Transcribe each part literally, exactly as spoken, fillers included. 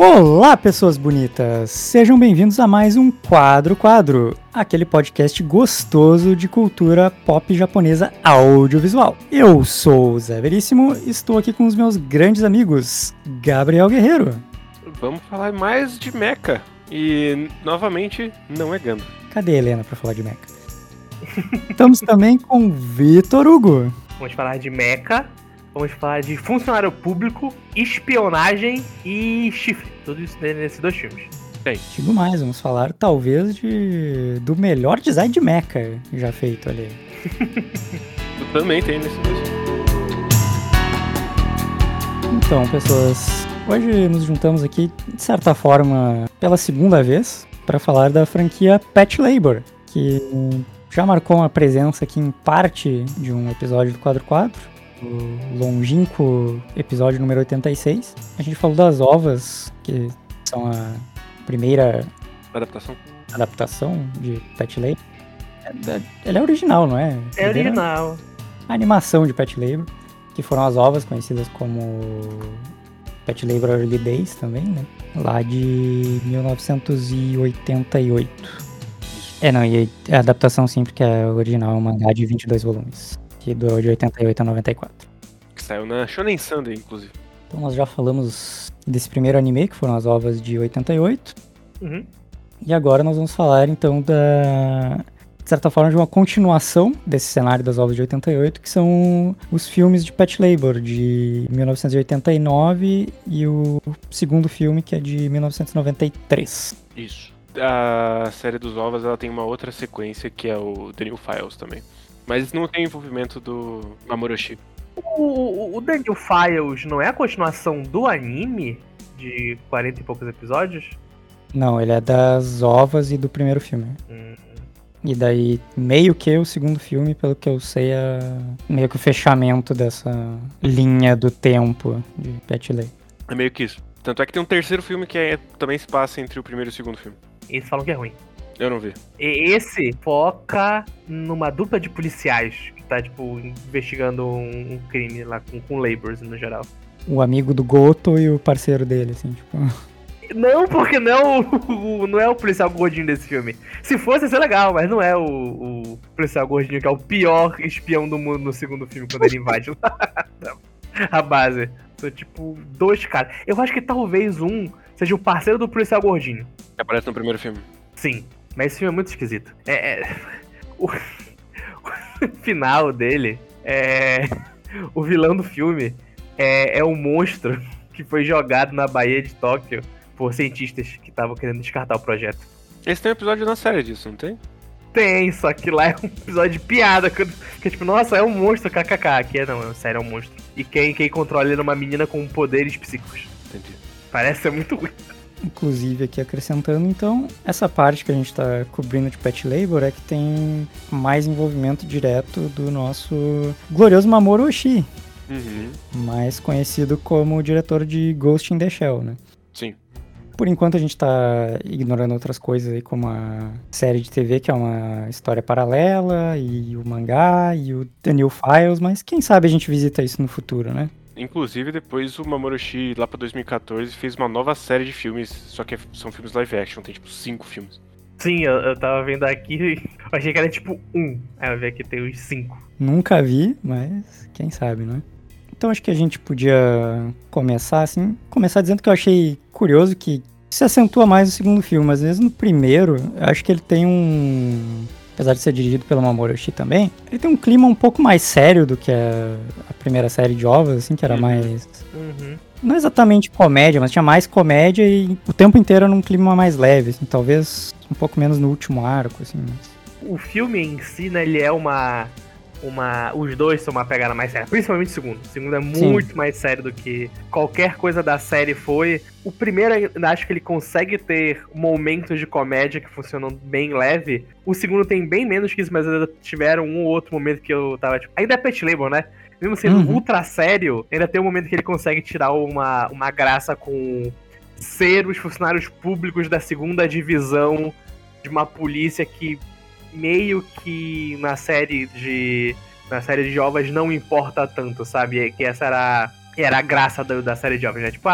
Olá, pessoas bonitas! Sejam bem-vindos a mais um Quadro Quadro, aquele podcast gostoso de cultura pop japonesa audiovisual. Eu sou o Zé Veríssimo e estou aqui com os meus grandes amigos, Gabriel Guerreiro. Vamos falar mais de mecha. E, novamente, não é Gundam. Cadê a Helena pra falar de mecha? Estamos também com Vitor Hugo. Vamos falar de mecha. Vamos falar de funcionário público, espionagem e chifre. Tudo isso nesses dois filmes. Bem, Digo mais, vamos falar talvez de do melhor design de mecha já feito ali. eu também tem nesses dois. Então, pessoas, hoje nos juntamos aqui, de certa forma, pela segunda vez, para falar da franquia Pet Labor, que já marcou uma presença aqui em parte de um episódio do Quadro Quadro. O longínquo episódio número oitenta e seis. A gente falou das ovas, que são a primeira Adaptação. adaptação de Pet Labor. Ela é original, não é? É original. A animação de Pet Labor, que foram as ovas conhecidas como Pet Labor Early Days também, né? Lá de mil novecentos e oitenta e oito. É, não, e a adaptação sim, porque é original, é um mangá de vinte e dois volumes. Que durou de oitenta e oito a noventa e quatro. Que saiu na Shonen Sunday, inclusive. Então nós já falamos desse primeiro anime, que foram as ovas de oitenta e oito. Uhum. E agora nós vamos falar então da... de certa forma de uma continuação desse cenário das ovas de oitenta e oito, que são os filmes de Pet Labor de mil novecentos e oitenta e nove e o segundo filme, que é de mil novecentos e noventa e três. Isso. A série dos ovas, ela tem uma outra sequência, que é o The New Files também. Mas não tem envolvimento do Mamoru Oshii. O, o, o The New Files não é a continuação do anime de quarenta e poucos episódios? Não, ele é das ovas e do primeiro filme. Hum. E daí, meio que o segundo filme, pelo que eu sei, é meio que o fechamento dessa linha do tempo de Pet Labor. É meio que isso. Tanto é que tem um terceiro filme que é, também se passa entre o primeiro e o segundo filme. Eles falam que é ruim. Eu não vi. E esse foca numa dupla de policiais que tá, tipo, investigando um, um crime lá com, com laborers no geral. O amigo do Goto e o parceiro dele, assim, tipo... Não, porque não é o, o, não é o policial gordinho desse filme. Se fosse, ia ser legal, mas não é o, o policial gordinho, que é o pior espião do mundo no segundo filme, quando ele invade a base. São, tipo, dois caras. Eu acho que talvez um seja o parceiro do policial gordinho. Que aparece no primeiro filme. Sim, mas esse filme é muito esquisito. É, é, o, o final dele é... O vilão do filme é, é um monstro que foi jogado na Baía de Tóquio por cientistas que estavam querendo descartar o projeto. Esse tem um episódio na série disso, não tem? Tem, só que lá é um episódio de piada. Que, que tipo, nossa, é um monstro, kkk. Aqui é não, sério, é um monstro. E quem, quem controla ele é uma menina com poderes psíquicos. Entendi. Parece ser muito ruim. Inclusive, aqui acrescentando, então, essa parte que a gente tá cobrindo de Pet Labor é que tem mais envolvimento direto do nosso glorioso Mamoru Oshii, Uhum. mais conhecido como o diretor de Ghost in the Shell, né? Sim. Por enquanto a gente tá ignorando outras coisas aí, como a série de T V, que é uma história paralela, e o mangá, e o The New Files, mas quem sabe a gente visita isso no futuro, né? Inclusive, depois o Mamoru Oshii, lá pra dois mil e catorze, fez uma nova série de filmes, só que são filmes live action, tem tipo cinco filmes. Sim, eu, eu tava vendo aqui, eu achei que era tipo um. Aí eu vi aqui tem os cinco. Nunca vi, mas quem sabe, né? Então acho que a gente podia começar assim, começar dizendo que eu achei curioso que se acentua mais no segundo filme, mas mesmo no primeiro, eu acho que ele tem um... Apesar de ser dirigido pelo Mamoru Oshii também, ele tem um clima um pouco mais sério do que a, a primeira série de ovas, assim, que era Uhum. mais... Uhum. Não exatamente comédia, mas tinha mais comédia e o tempo inteiro era num clima mais leve, assim, talvez um pouco menos no último arco, assim. Mas... O filme em si, né, ele é uma... uma os dois são uma pegada mais séria, principalmente o segundo. O segundo é muito Sim. mais sério do que qualquer coisa da série foi. O primeiro, eu acho que ele consegue ter momentos de comédia que funcionam bem leve. O segundo tem bem menos que isso, mas ainda tiveram um ou outro momento que eu tava, tipo... Ainda é Pet Labor, né? Mesmo sendo Uhum. ultra sério, ainda tem um momento que ele consegue tirar uma, uma graça com ser os funcionários públicos da segunda divisão de uma polícia que meio que na série de na série de ovas não importa tanto, sabe? Que essa era, era a graça da, da série de ovas, né? Tipo, ah,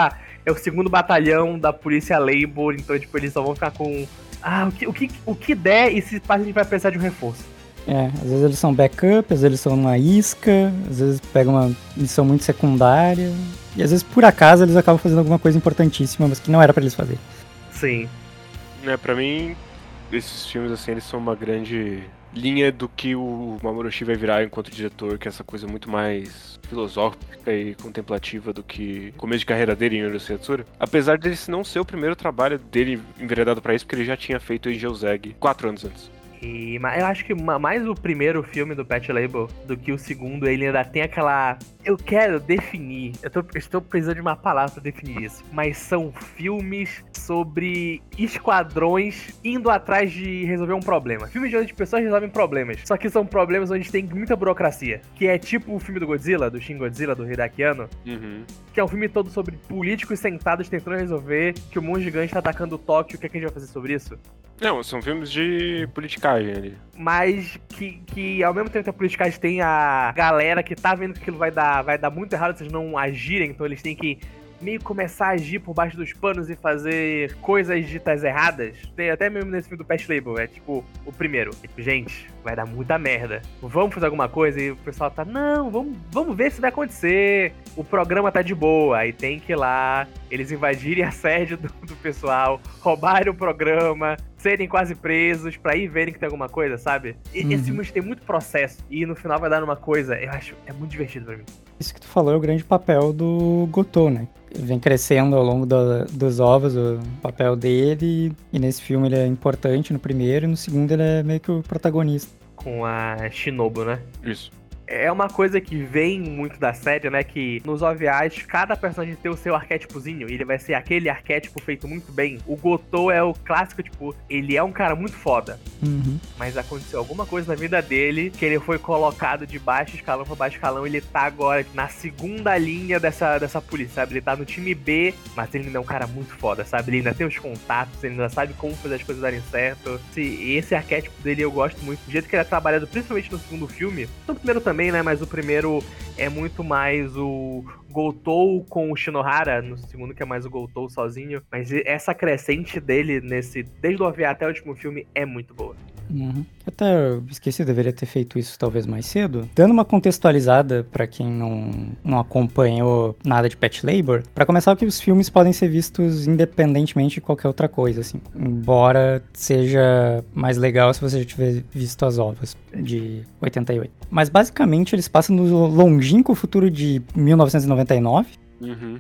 é o segundo batalhão da polícia Labor, então, tipo, eles só vão ficar com... Ah, o que, o que, o que der e se passa a gente vai precisar de um reforço. É, às vezes eles são backup, às vezes eles são uma isca, às vezes pegam uma missão muito secundária, e às vezes, por acaso, eles acabam fazendo alguma coisa importantíssima, mas que não era pra eles fazerem. Sim. É, pra mim, esses filmes, assim, eles são uma grande linha do que o Mamoru Oshii vai virar enquanto diretor, que é essa coisa muito mais filosófica e contemplativa do que o começo de carreira dele em Yuri Yatsura. Apesar dele não ser o primeiro trabalho dele enveredado pra isso, porque ele já tinha feito em Geozeg quatro anos antes. E, mas eu acho que mais o primeiro filme do Pet Label do que o segundo, ele ainda tem aquela... Eu quero definir, eu, tô, eu estou precisando de uma palavra pra definir isso, mas são filmes sobre esquadrões indo atrás de resolver um problema. Filmes de onde pessoas resolvem problemas, só que são problemas onde tem muita burocracia, que é tipo o filme do Godzilla, do Shin Godzilla, do Hideaki Anno, Uhum. que é um filme todo sobre políticos sentados tentando resolver que o mundo gigante tá atacando Tóquio, o que, é que a gente vai fazer sobre isso? Não, são filmes de politicagem ali. Mas que, que ao mesmo tempo que a politicagem tem a galera que tá vendo que aquilo vai dar, vai dar muito errado se eles não agirem, então eles têm que meio começar a agir por baixo dos panos e fazer coisas ditas erradas. Tem até mesmo nesse filme do Pet Label, é tipo, o primeiro. Tipo, gente, vai dar muita merda. Vamos fazer alguma coisa? E o pessoal tá, não, vamos, vamos ver se vai acontecer. O programa tá de boa, aí tem que ir lá, eles invadirem a sede do, do pessoal, roubarem o programa, serem quase presos, pra ir verem que tem alguma coisa, sabe? E, Uhum. Esse filme tem muito processo, e no final vai dar numa coisa, eu acho, é muito divertido pra mim. Isso que tu falou é o grande papel do Gotou, né? Ele vem crescendo ao longo do, dos ovos, o papel dele, e nesse filme ele é importante no primeiro, e no segundo ele é meio que o protagonista. Com a Shinobu, né? Isso. É uma coisa que vem muito da série, né? Que nos O V As, cada personagem tem o seu arquétipozinho. E ele vai ser aquele arquétipo feito muito bem. O Gotou é o clássico, tipo, ele é um cara muito foda. Uhum. Mas aconteceu alguma coisa na vida dele que ele foi colocado de baixo escalão pra baixo escalão. Ele tá agora na segunda linha dessa, dessa polícia, sabe? Ele tá no time B, mas ele ainda é um cara muito foda, sabe? Ele ainda tem os contatos, ele ainda sabe como fazer as coisas darem certo. Esse, esse arquétipo dele eu gosto muito. Do jeito que ele é trabalhado, principalmente no segundo filme. No primeiro também, né? Mas o primeiro é muito mais o Gotou com o Shinohara, no segundo que é mais o Gotou sozinho. Mas essa crescente dele, nesse desde o O V A até o último filme, é muito boa. Uhum. Até esqueci, deveria ter feito isso talvez mais cedo. Dando uma contextualizada pra quem não, não acompanhou nada de Pet Labor, pra começar, que os filmes podem ser vistos independentemente de qualquer outra coisa, assim. Embora seja mais legal se você já tiver visto as ovas de oitenta e oito. Mas basicamente eles passam no longínquo futuro de mil novecentos e noventa e nove. Uhum.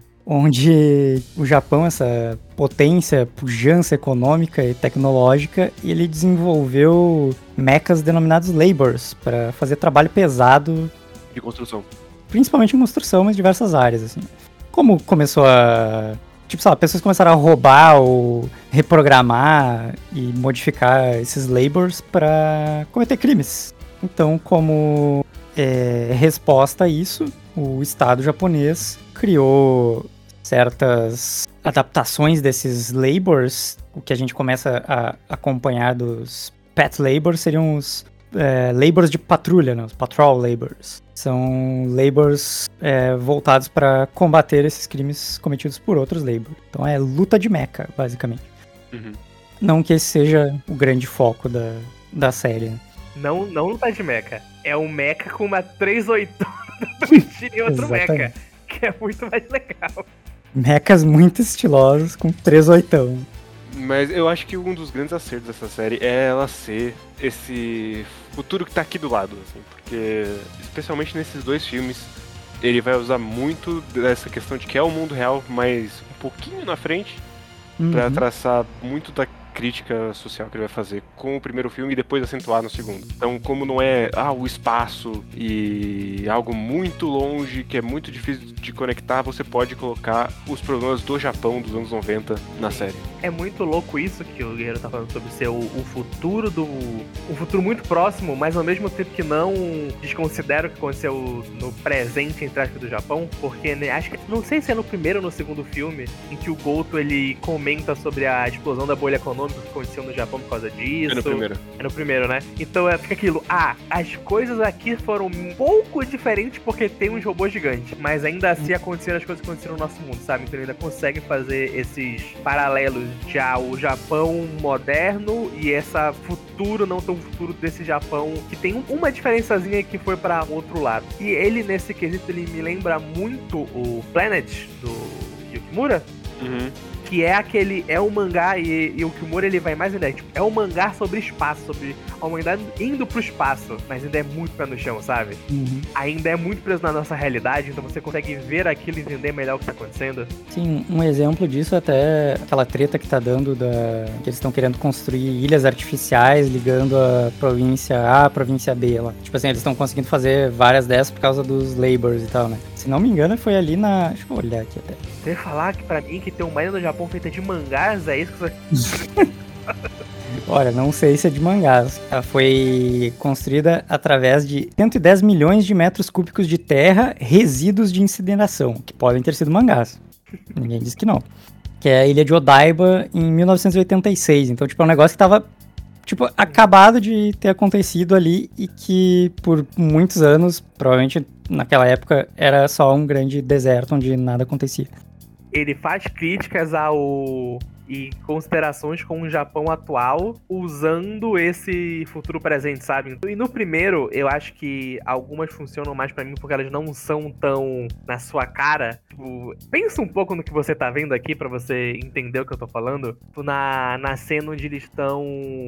Onde o Japão, essa potência, pujança econômica e tecnológica, ele desenvolveu mechas denominados Labors para fazer trabalho pesado, De construção. principalmente em construção, mas em diversas áreas, assim. Como começou a... Tipo, sei lá, pessoas começaram a roubar ou reprogramar e modificar esses Labors para cometer crimes. Então, como é, resposta a isso, o Estado japonês criou certas adaptações desses labors. O que a gente começa a acompanhar dos pet labors seriam os é, labors de patrulha, né? Os patrol labors. São labors é, voltados para combater esses crimes cometidos por outros labors. Então é luta de mecha, basicamente. Uhum. Não que esse seja o grande foco da, da série. Né? Não, não luta de mecha. É um mecha com uma três oitona e outro mecha. Que é muito mais legal. Mechas muito estilosos com três oitão. Mas eu acho que um dos grandes acertos dessa série é ela ser esse futuro que tá aqui do lado, assim, porque especialmente nesses dois filmes ele vai usar muito dessa questão de que é o mundo real, mas um pouquinho na frente, uhum. Pra traçar muito da crítica social que ele vai fazer com o primeiro filme e depois acentuar no segundo. Então, como não é ah, o espaço e algo muito longe, que é muito difícil de conectar, você pode colocar os problemas do Japão dos anos noventa na série. É muito louco isso que o Guerreiro tá falando sobre ser o, o futuro do... um futuro muito próximo, mas ao mesmo tempo que não desconsidera o que aconteceu no presente, entre aspas, do Japão, porque né, acho que, não sei se é no primeiro ou no segundo filme, em que o Goto, ele comenta sobre a explosão da bolha econômica econômicos que aconteciam no Japão por causa disso. É no primeiro. É no primeiro, né? Então é, fica aquilo, ah, as coisas aqui foram um pouco diferentes porque tem uns robôs gigantes, mas ainda assim aconteceram as coisas que aconteceram no nosso mundo, sabe? Então ele ainda consegue fazer esses paralelos já o Japão moderno e essa futuro, não tão futuro desse Japão, que tem um, uma diferençazinha que foi pra outro lado. E ele, nesse quesito, ele me lembra muito o Planet, do Yukimura. Uhum. Que é aquele, é um mangá, e, e o Kimura ele vai mais ainda, tipo, é um mangá sobre espaço, sobre a humanidade indo pro espaço, mas ainda é muito pé no chão, sabe? Uhum. Ainda é muito preso na nossa realidade, então você consegue ver aquilo e entender melhor o que tá acontecendo. Sim, um exemplo disso é até aquela treta que tá dando da... que eles estão querendo construir ilhas artificiais ligando a província A à província B lá. Tipo assim, eles estão conseguindo fazer várias dessas por causa dos laborers e tal, né? Se não me engano, foi ali na... Deixa eu olhar aqui até. Você falar que pra mim que tem uma ilha no Japão feita de mangás, é isso que você... Olha, não sei se é de mangás. Ela foi construída através de cento e dez milhões de metros cúbicos de terra, resíduos de incineração, que podem ter sido mangás. Ninguém disse que não. Que é a ilha de Odaiba, em mil novecentos e oitenta e seis. Então, tipo, é um negócio que tava, tipo, acabado de ter acontecido ali e que, por muitos anos, provavelmente naquela época, era só um grande deserto onde nada acontecia. Ele faz críticas ao... e considerações com o Japão atual, usando esse futuro presente, sabe? E no primeiro, eu acho que algumas funcionam mais pra mim porque elas não são tão na sua cara. Tipo, pensa um pouco no que você tá vendo aqui pra você entender o que eu tô falando. Na, na cena onde eles estão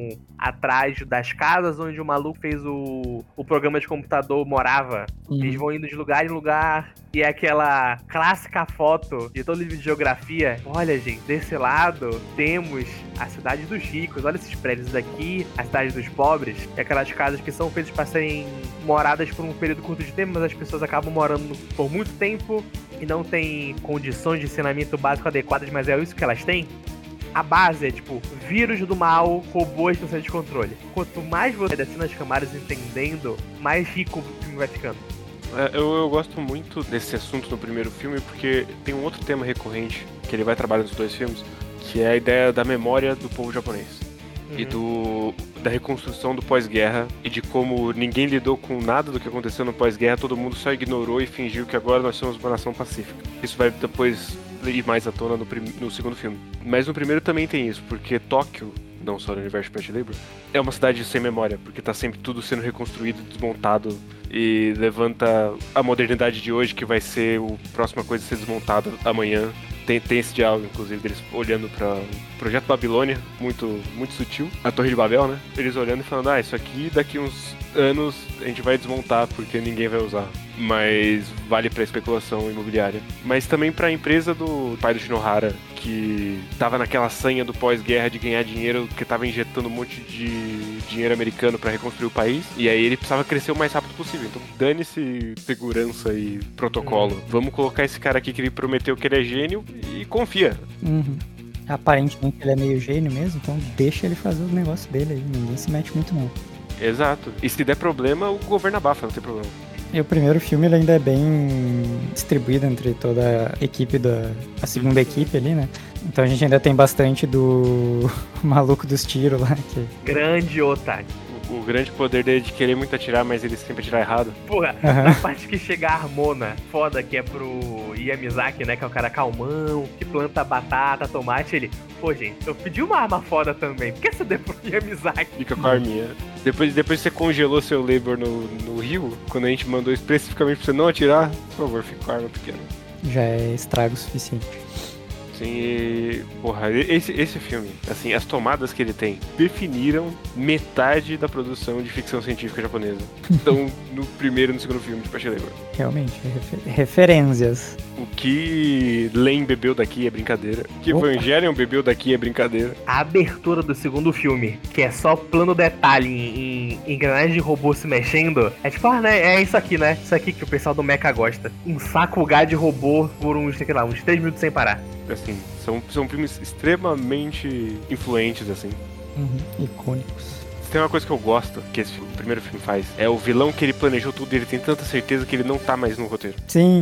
atrás das casas onde o maluco fez o, o programa de computador morava. Uhum. Eles vão indo de lugar em lugar. E é aquela clássica foto de todo livro de geografia. Olha, gente, desse lado temos a cidade dos ricos. Olha esses prédios daqui, a cidade dos pobres. E aquelas casas que são feitas para serem moradas por um período curto de tempo, mas as pessoas acabam morando por muito tempo e não têm condições de saneamento básico adequadas, mas é isso que elas têm. A base é, tipo, vírus do mal, robôs que não saem de controle. Quanto mais você desce nas camadas entendendo, mais rico o filme vai ficando. Eu, eu gosto muito desse assunto no primeiro filme porque tem um outro tema recorrente que ele vai trabalhar nos dois filmes, que é a ideia da memória do povo japonês. Uhum. E do, da reconstrução do pós-guerra e de como ninguém lidou com nada do que aconteceu no pós-guerra, todo mundo só ignorou e fingiu que agora nós somos uma nação pacífica. Isso vai depois ir mais à tona no, prim, no segundo filme. Mas no primeiro também tem isso, porque Tóquio, não só no universo de Pet Labor, é uma cidade sem memória, porque tá sempre tudo sendo reconstruído, desmontado, e levanta a modernidade de hoje, que vai ser a próxima coisa a ser desmontada amanhã. Tem, tem esse diálogo, inclusive, deles olhando para o Projeto Babilônia, muito, muito sutil. A Torre de Babel, né? Eles olhando e falando, ah, isso aqui daqui uns anos a gente vai desmontar porque ninguém vai usar. Mas vale para especulação imobiliária. Mas também para a empresa do pai do Shinohara, que tava naquela sanha do pós-guerra de ganhar dinheiro, que tava injetando um monte de dinheiro americano para reconstruir o país. E aí ele precisava crescer o mais rápido possível. Então dane-se segurança e protocolo. Uhum. Vamos colocar esse cara aqui que ele prometeu que ele é gênio e confia. Uhum. Aparentemente ele é meio gênio mesmo, então deixa ele fazer o negócio dele aí. Ninguém se mete muito não. Exato. E se der problema, o governo abafa, não tem problema. E o primeiro filme ele ainda é bem distribuído entre toda a equipe da a segunda equipe ali, né? Então a gente ainda tem bastante do maluco dos tiros lá. Que... Grande Otaki. O, o grande poder dele é de querer muito atirar, mas ele sempre atirar errado. Porra, uhum. Na parte que chega a Harmona, foda, que é pro Yamazaki, né? Que é o cara calmão, que planta batata, tomate, ele... Pô, gente, eu pedi uma arma foda também. Por que você deu pro Yamazaki? Fica com a arminha. Depois, depois você congelou seu labor no, no rio, quando a gente mandou especificamente pra você não atirar, por favor, fica com a arma pequena. Já é estrago suficiente. Sim, e, porra, esse, esse filme, assim, as tomadas que ele tem definiram metade da produção de ficção científica japonesa. Então, no primeiro e no segundo filme de Pet Labor. Realmente, refer- referências. O que Len bebeu daqui é brincadeira. O que Opa. Evangelion bebeu daqui é brincadeira. A abertura do segundo filme, que é só plano detalhe em, em engrenagem de robô se mexendo, é tipo, ah, né, é isso aqui, né? Isso aqui que o pessoal do Mecha gosta. Um saco gás de robô por uns, sei lá, uns três minutos sem parar. Assim, são, são filmes extremamente influentes, assim. Uhum, icônicos. Tem uma coisa que eu gosto, que esse filme, o primeiro filme faz, é o vilão que ele planejou tudo e ele tem tanta certeza que ele não tá mais no roteiro. Sim.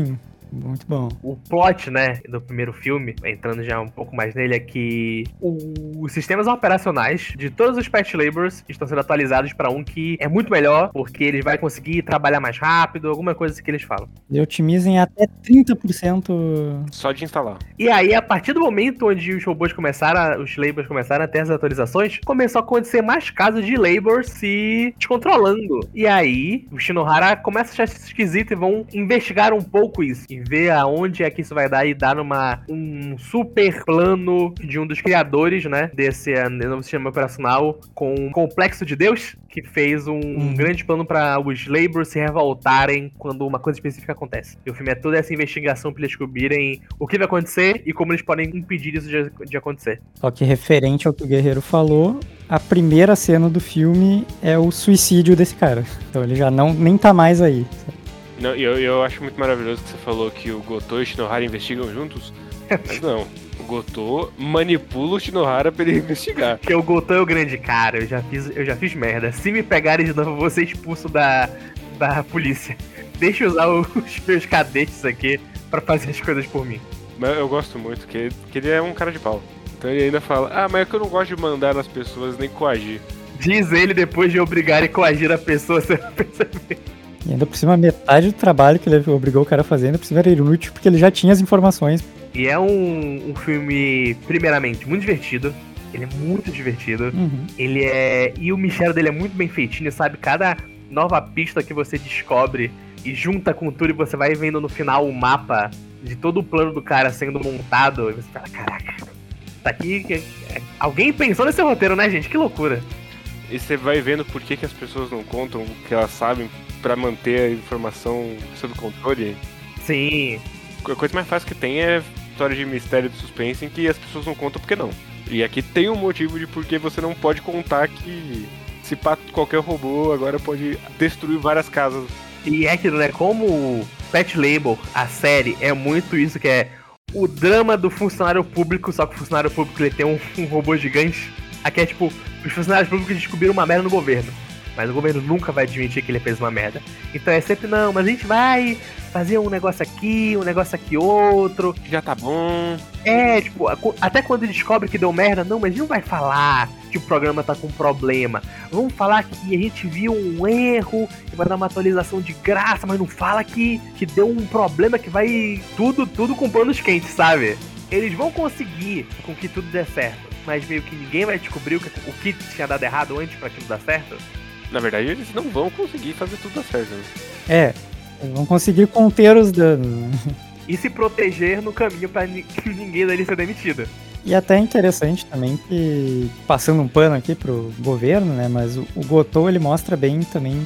Muito bom. O plot, né, do primeiro filme, entrando já um pouco mais nele, é que o- os sistemas operacionais de todos os Pet Laborers estão sendo atualizados para um que é muito melhor, porque ele vai conseguir trabalhar mais rápido, alguma coisa assim que eles falam. E otimizem até trinta por cento. Só de instalar. E aí, a partir do momento onde os robôs começaram, a- os Laborers começaram a ter as atualizações, começou a acontecer mais casos de Laborers se descontrolando. E aí, o Shinohara começa a achar isso esquisito e vão investigar um pouco isso. E ver aonde é que isso vai dar e dar numa, um super plano de um dos criadores, né, desse uh, novo sistema operacional com o Complexo de Deus, que fez um, um Uhum. grande plano para os Laborers se revoltarem quando uma coisa específica acontece. E o filme é toda essa investigação para eles descobrirem o que vai acontecer e como eles podem impedir isso de, de acontecer. Só que referente ao que o Guerreiro falou, a primeira cena do filme é o suicídio desse cara. Então ele já não nem tá mais aí. Não, e eu, eu acho muito maravilhoso que você falou que o Gotô e o Shinohara investigam juntos. Mas não. O Gotô manipula o Shinohara pra ele investigar. Porque o Gotan é o grande cara, eu já fiz, eu já fiz merda. Se me pegarem de novo, eu vou ser expulso da, da polícia. Deixa eu usar os meus cadetes aqui pra fazer as coisas por mim. Mas eu gosto muito, que, que ele é um cara de pau. Então ele ainda fala, ah, mas é que eu não gosto de mandar nas pessoas nem coagir. Diz ele depois de obrigar e coagir a pessoa sem perceber. E ainda por cima, metade do trabalho que ele obrigou o cara a fazer, ainda por cima era inútil, porque ele já tinha as informações. E é um, um filme, primeiramente, muito divertido. Ele é muito divertido. Uhum. Ele é. E o mistério dele é muito bem feitinho, sabe? Cada nova pista que você descobre e junta com tudo e você vai vendo no final o mapa de todo o plano do cara sendo montado. E você fala, caraca, tá aqui. que- Alguém pensou nesse roteiro, né, gente? Que loucura. E você vai vendo por que, que as pessoas não contam o que elas sabem pra manter a informação sob controle. Sim. A coisa mais fácil que tem é história de mistério e de suspense em que as pessoas não contam porque não. E aqui tem um motivo de por que você não pode contar que se pá, qualquer robô agora pode destruir várias casas. E é aquilo, né? Como o Pet Label, a série, é muito isso que é o drama do funcionário público, só que o funcionário público ele tem um, um robô gigante. Aqui é tipo, os funcionários públicos descobriram uma merda no governo. Mas o governo nunca vai admitir que ele fez uma merda. Então é sempre, não, mas a gente vai fazer um negócio aqui, um negócio aqui outro. Já tá bom. É, tipo, a- até quando ele descobre que deu merda, não, mas não vai falar que o programa tá com problema. Vamos falar que a gente viu um erro e vai dar uma atualização de graça, mas não fala que, que deu um problema que vai tudo, tudo com panos quentes, sabe? Eles vão conseguir com que tudo dê certo, mas meio que ninguém vai descobrir o que, o que tinha dado errado antes pra aquilo dar certo. Na verdade, eles não vão conseguir fazer tudo dar certo. Né? É, eles vão conseguir conter os danos, né? E se proteger no caminho pra ni- ninguém dali ser demitido. E até é interessante também que, passando um pano aqui pro governo, né, mas o, o Gotô, ele mostra bem também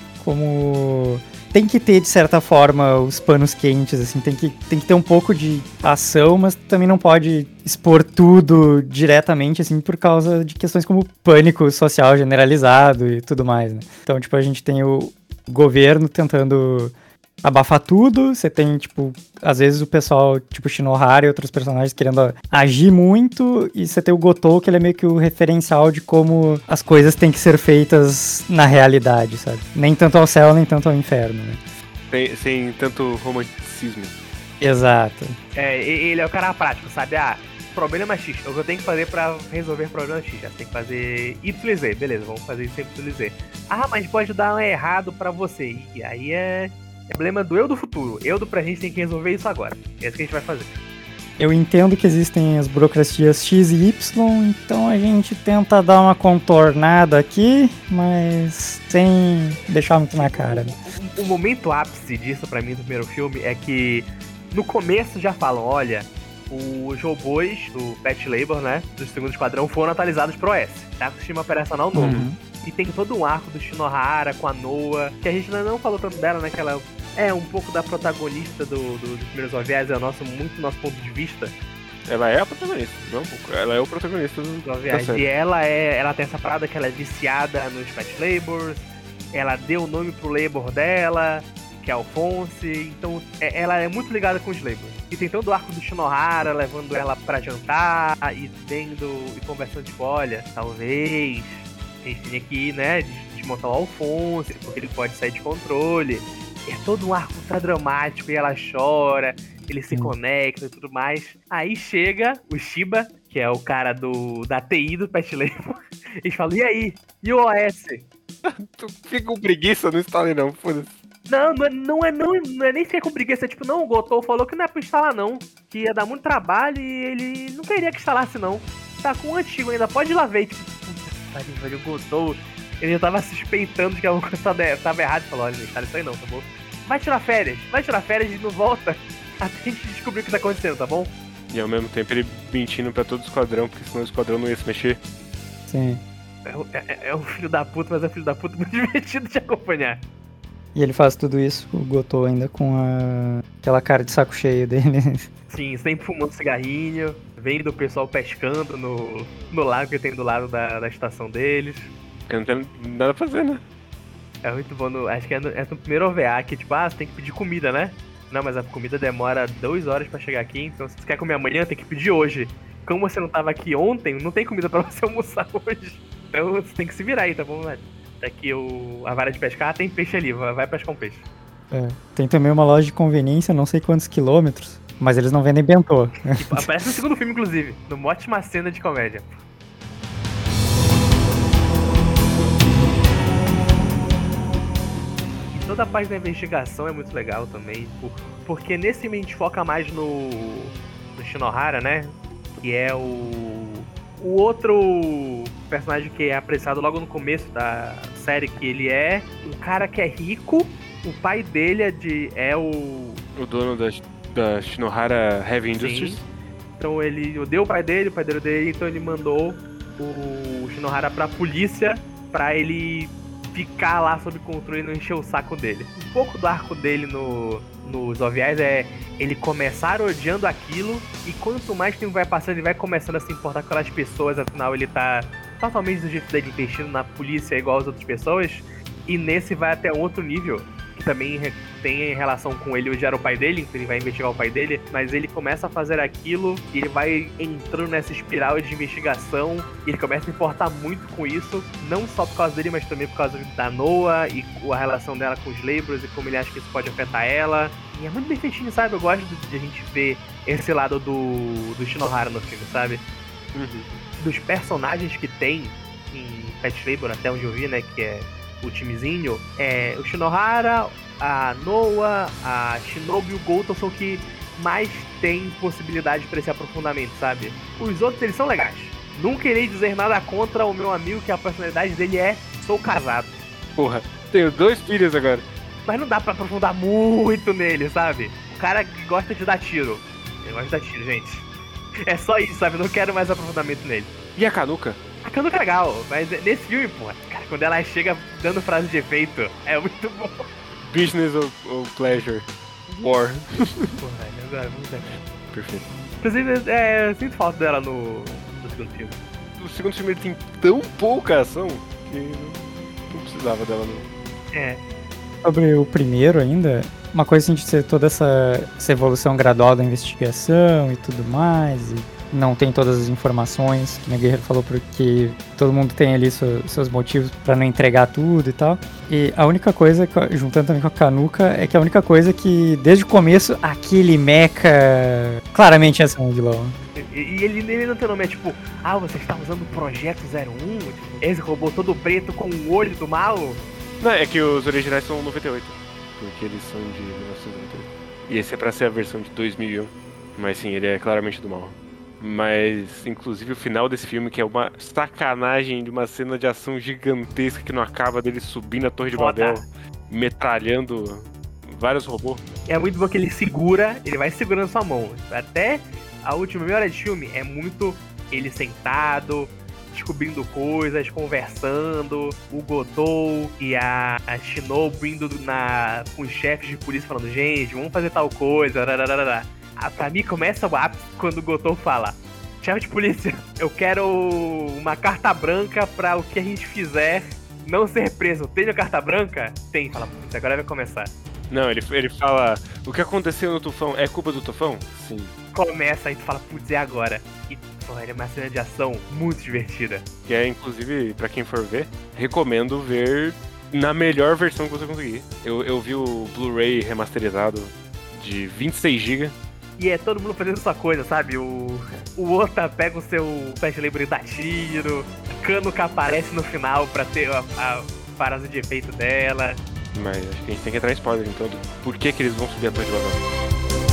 como tem que ter, de certa forma, os panos quentes, assim, tem que, tem que ter um pouco de ação, mas também não pode expor tudo diretamente, assim, por causa de questões como pânico social generalizado e tudo mais, né. Então, tipo, a gente tem o governo tentando abafar tudo, você tem, tipo, às vezes o pessoal, tipo, Shinohara e outros personagens querendo agir muito, e você tem o Gotô, que ele é meio que o referencial de como as coisas têm que ser feitas na realidade, sabe? Nem tanto ao céu, nem tanto ao inferno, né? Sem, sem tanto romanticismo. Exato. É, e- ele é o cara prático, sabe? Ah, problema X, o que eu tenho que fazer pra resolver problema X? Já tem que fazer Y e Z, beleza, vamos fazer isso Y e Z. Ah, mas pode dar um errado pra você. E aí é problema do eu do futuro. Eu do presente tem que resolver isso agora. É isso que a gente vai fazer. Eu entendo que existem as burocracias X e Y, então a gente tenta dar uma contornada aqui, mas sem deixar muito na cara, né? O, o momento ápice disso pra mim do primeiro filme é que no começo já falam, olha, os robôs do Pet Labor, né, do segundo esquadrão foram atualizados pro O S, tá? Com o sistema operacional novo. Uhum. E tem todo um arco do Shinohara com a Noa, que a gente ainda não falou tanto dela, né? Que ela é um pouco da protagonista do, do, dos primeiros O V As, é o nosso, muito nosso ponto de vista. Ela é a protagonista, não um pouco. Ela é o protagonista do, do O V da As. série. E ela é. Ela tem essa parada que ela é viciada nos Pet Labors, ela deu o nome pro Labor dela, que é Alphonse, então é, ela é muito ligada com os Labors. E tem todo o arco do Shinohara levando ela pra jantar e tendo e conversando, tipo, olha, talvez a gente tenha que, né, desmontar o Alphonse, porque ele pode sair de controle. É todo um arco ultra dramático e ela chora. eles se Hum. conectam e tudo mais. Aí chega o Shiba, que é o cara do, da T I do Pet Labor. Eles falam, e aí? E o O S? Tu fica com preguiça, não instale não, foda-se. Não, não é, não é, não, não é nem sequer com preguiça. É tipo, não, o Gotô falou que não é pra instalar não. Que ia dar muito trabalho e ele não queria que instalasse não. Tá com o antigo ainda, pode ir lá ver. Tipo, puta que pariu, o Gotô... Ele já tava suspeitando de que alguma coisa tava, tava errada. Ele falou, olha, não instala isso aí não, tá bom? Vai tirar férias, vai tirar férias e não volta até a gente descobrir o que tá acontecendo, tá bom? E ao mesmo tempo ele mentindo pra todo o esquadrão, porque senão o esquadrão não ia se mexer. Sim. É, é, é um filho da puta, mas é um filho da puta muito divertido de acompanhar. E ele faz tudo isso, o Gotô, ainda com a... aquela cara de saco cheio dele. Sim, sempre fumando cigarrinho, vendo o pessoal pescando no, no lago que tem do lado da, da estação deles. Porque não tem nada a fazer, né? É muito bom, no, acho que é no, é no primeiro O V A, que tipo, ah, você tem que pedir comida, né? Não, mas a comida demora duas horas pra chegar aqui, então se você quer comer amanhã, tem que pedir hoje. Como você não tava aqui ontem, não tem comida pra você almoçar hoje. Então você tem que se virar aí, tá bom, velho? Tá aqui o, a vara de pescar, tem peixe ali, vai, vai pescar um peixe. É. Tem também uma loja de conveniência, não sei quantos quilômetros, mas eles não vendem bentô. Tipo, aparece no segundo filme, inclusive, numa ótima cena de comédia. Toda a parte da investigação é muito legal também, porque nesse filme a gente foca mais no, no Shinohara, né? Que é o, o outro personagem que é apreciado logo no começo da série, que ele é um cara que é rico, o pai dele é, de, é o... O dono da, da Shinohara Heavy Industries. Sim. Então ele odeia o pai dele, o pai dele odeia, então ele mandou o Shinohara pra polícia pra ele ficar lá sob controle e não encher o saco dele. Um pouco do arco dele no, nos O V As é ele começar odiando aquilo, e quanto mais tempo vai passando, ele vai começando a se importar com aquelas pessoas, afinal ele tá totalmente do jeito dele, investindo na polícia igual as outras pessoas, e nesse vai até um outro nível, que também tem relação com ele odiar o pai dele, então ele vai investigar o pai dele, mas ele começa a fazer aquilo, e ele vai entrando nessa espiral de investigação, e ele começa a se importar muito com isso, não só por causa dele, mas também por causa da Noah, e a relação dela com os Laborers, e como ele acha que isso pode afetar ela. E é muito bem feitinho, sabe? Eu gosto de a gente ver esse lado do, do Shinohara no filme, sabe? Uhum. Dos personagens que tem em Pet Labor, até onde eu vi, né, que é o timezinho, é o Shinohara, a Noah, a Shinobi e o Goto são que mais tem possibilidade pra esse aprofundamento, sabe? Os outros, eles são legais. Não querer dizer nada contra o meu amigo, que a personalidade dele é sou casado. Porra, tenho dois filhos agora. Mas não dá pra aprofundar muito nele, sabe? O cara que gosta de dar tiro. Ele gosta de dar tiro, gente. É só isso, sabe? Não quero mais aprofundamento nele. E a Kanuka? A Kanuka é legal, mas nesse filme, porra, cara, quando ela chega dando frase de efeito, é muito bom. Business ou, ou pleasure? War. Porra, agora, muito legal. Perfeito. Inclusive, é, eu sinto falta dela no, no segundo filme. O segundo filme ele tem tão pouca ação que não, não precisava dela, não. É. Sobre o primeiro ainda, uma coisa assim de ser toda essa, essa evolução gradual da investigação e tudo mais, e não tem todas as informações, que o Guerreiro falou, porque todo mundo tem ali seu, seus motivos pra não entregar tudo e tal. E a única coisa, juntando também com a Kanuka, é que a única coisa que, desde o começo, aquele mecha claramente ia ser um vilão. E, e ele, ele não tem nome, é tipo, ah, você está usando o Projeto zero um? Esse robô todo preto com o olho do mal? Não, é que os originais são noventa e oito, porque eles são de mil novecentos e noventa e oito. E esse é pra ser a versão de dois mil e um, mas sim, ele é claramente do mal. Mas, inclusive, o final desse filme, que é uma sacanagem de uma cena de ação gigantesca que não acaba, dele subindo a Torre de Foda. Babel, metralhando vários robôs. É muito bom que ele segura, ele vai segurando sua mão. Até a última meia hora de filme é muito ele sentado, descobrindo coisas, conversando, o Godou e a, a Shinobu indo na, com os chefes de polícia falando, gente, vamos fazer tal coisa, rararara. A, pra mim começa o ápice quando o Godou fala, chefe de polícia, eu quero uma carta branca pra o que a gente fizer não ser preso. Tem a carta branca? Tem. Fala, putz, agora vai começar. Não, ele, ele fala, o que aconteceu no tufão é culpa do tufão? Sim. Começa, aí tu fala, putz, é agora. E, pô, é uma cena de ação muito divertida. Que é, inclusive, pra quem for ver, recomendo ver na melhor versão que você conseguir. Eu, eu vi o Blu-ray remasterizado de vinte e seis gigas, e é todo mundo fazendo sua coisa, sabe? O, o Ota pega o seu Pet Labor e dá tiro, Cano que aparece no final pra ter a, a frase de efeito dela. Mas acho que a gente tem que entrar em spoiler, então, do por que que eles vão subir a Torre de Babel.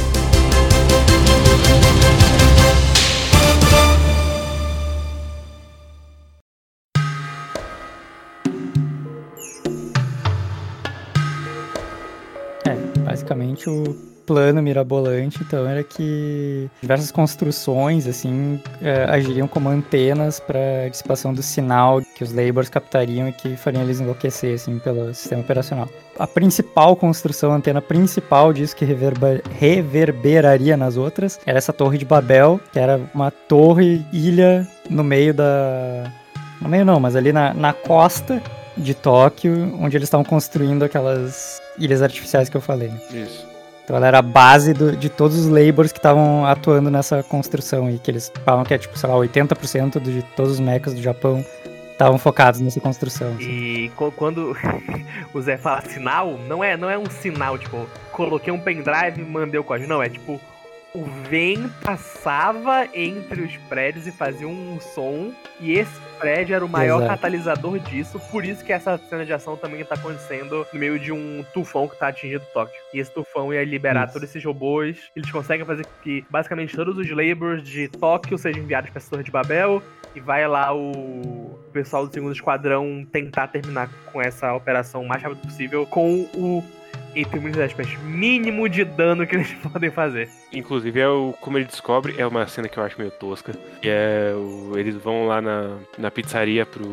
Basicamente, o plano mirabolante, então, era que diversas construções, assim, é, agiriam como antenas para dissipação do sinal que os Labors captariam e que fariam eles enlouquecer, assim, pelo sistema operacional. A principal construção, a antena principal disso que reverber, reverberaria nas outras, era essa Torre de Babel, que era uma torre-ilha no meio da... No meio não, mas ali na, na costa de Tóquio, onde eles estavam construindo aquelas ilhas artificiais que eu falei. Né? Isso. Então ela era a base do, de todos os Labors que estavam atuando nessa construção e que eles falam que é tipo, sei lá, oitenta por cento de todos os mechas do Japão estavam focados nessa construção. Assim. E quando o Zé fala sinal, não é, não é um sinal, tipo, coloquei um pendrive e mandei o código. Não, é tipo, o vento passava entre os prédios e fazia um som, e esse prédio era o maior Exato. catalisador disso, por isso que essa cena de ação também tá acontecendo no meio de um tufão que tá atingindo Tóquio. E esse tufão ia liberar isso. todos esses robôs, eles conseguem fazer com que basicamente todos os Labors de Tóquio sejam enviados pra essa Torre de Babel, e vai lá o pessoal do segundo esquadrão tentar terminar com essa operação o mais rápido possível, com o, entre muitas aspas, mínimo de dano que eles podem fazer. Inclusive, é o, como ele descobre, é uma cena que eu acho meio tosca. E é o, eles vão lá na, na pizzaria pro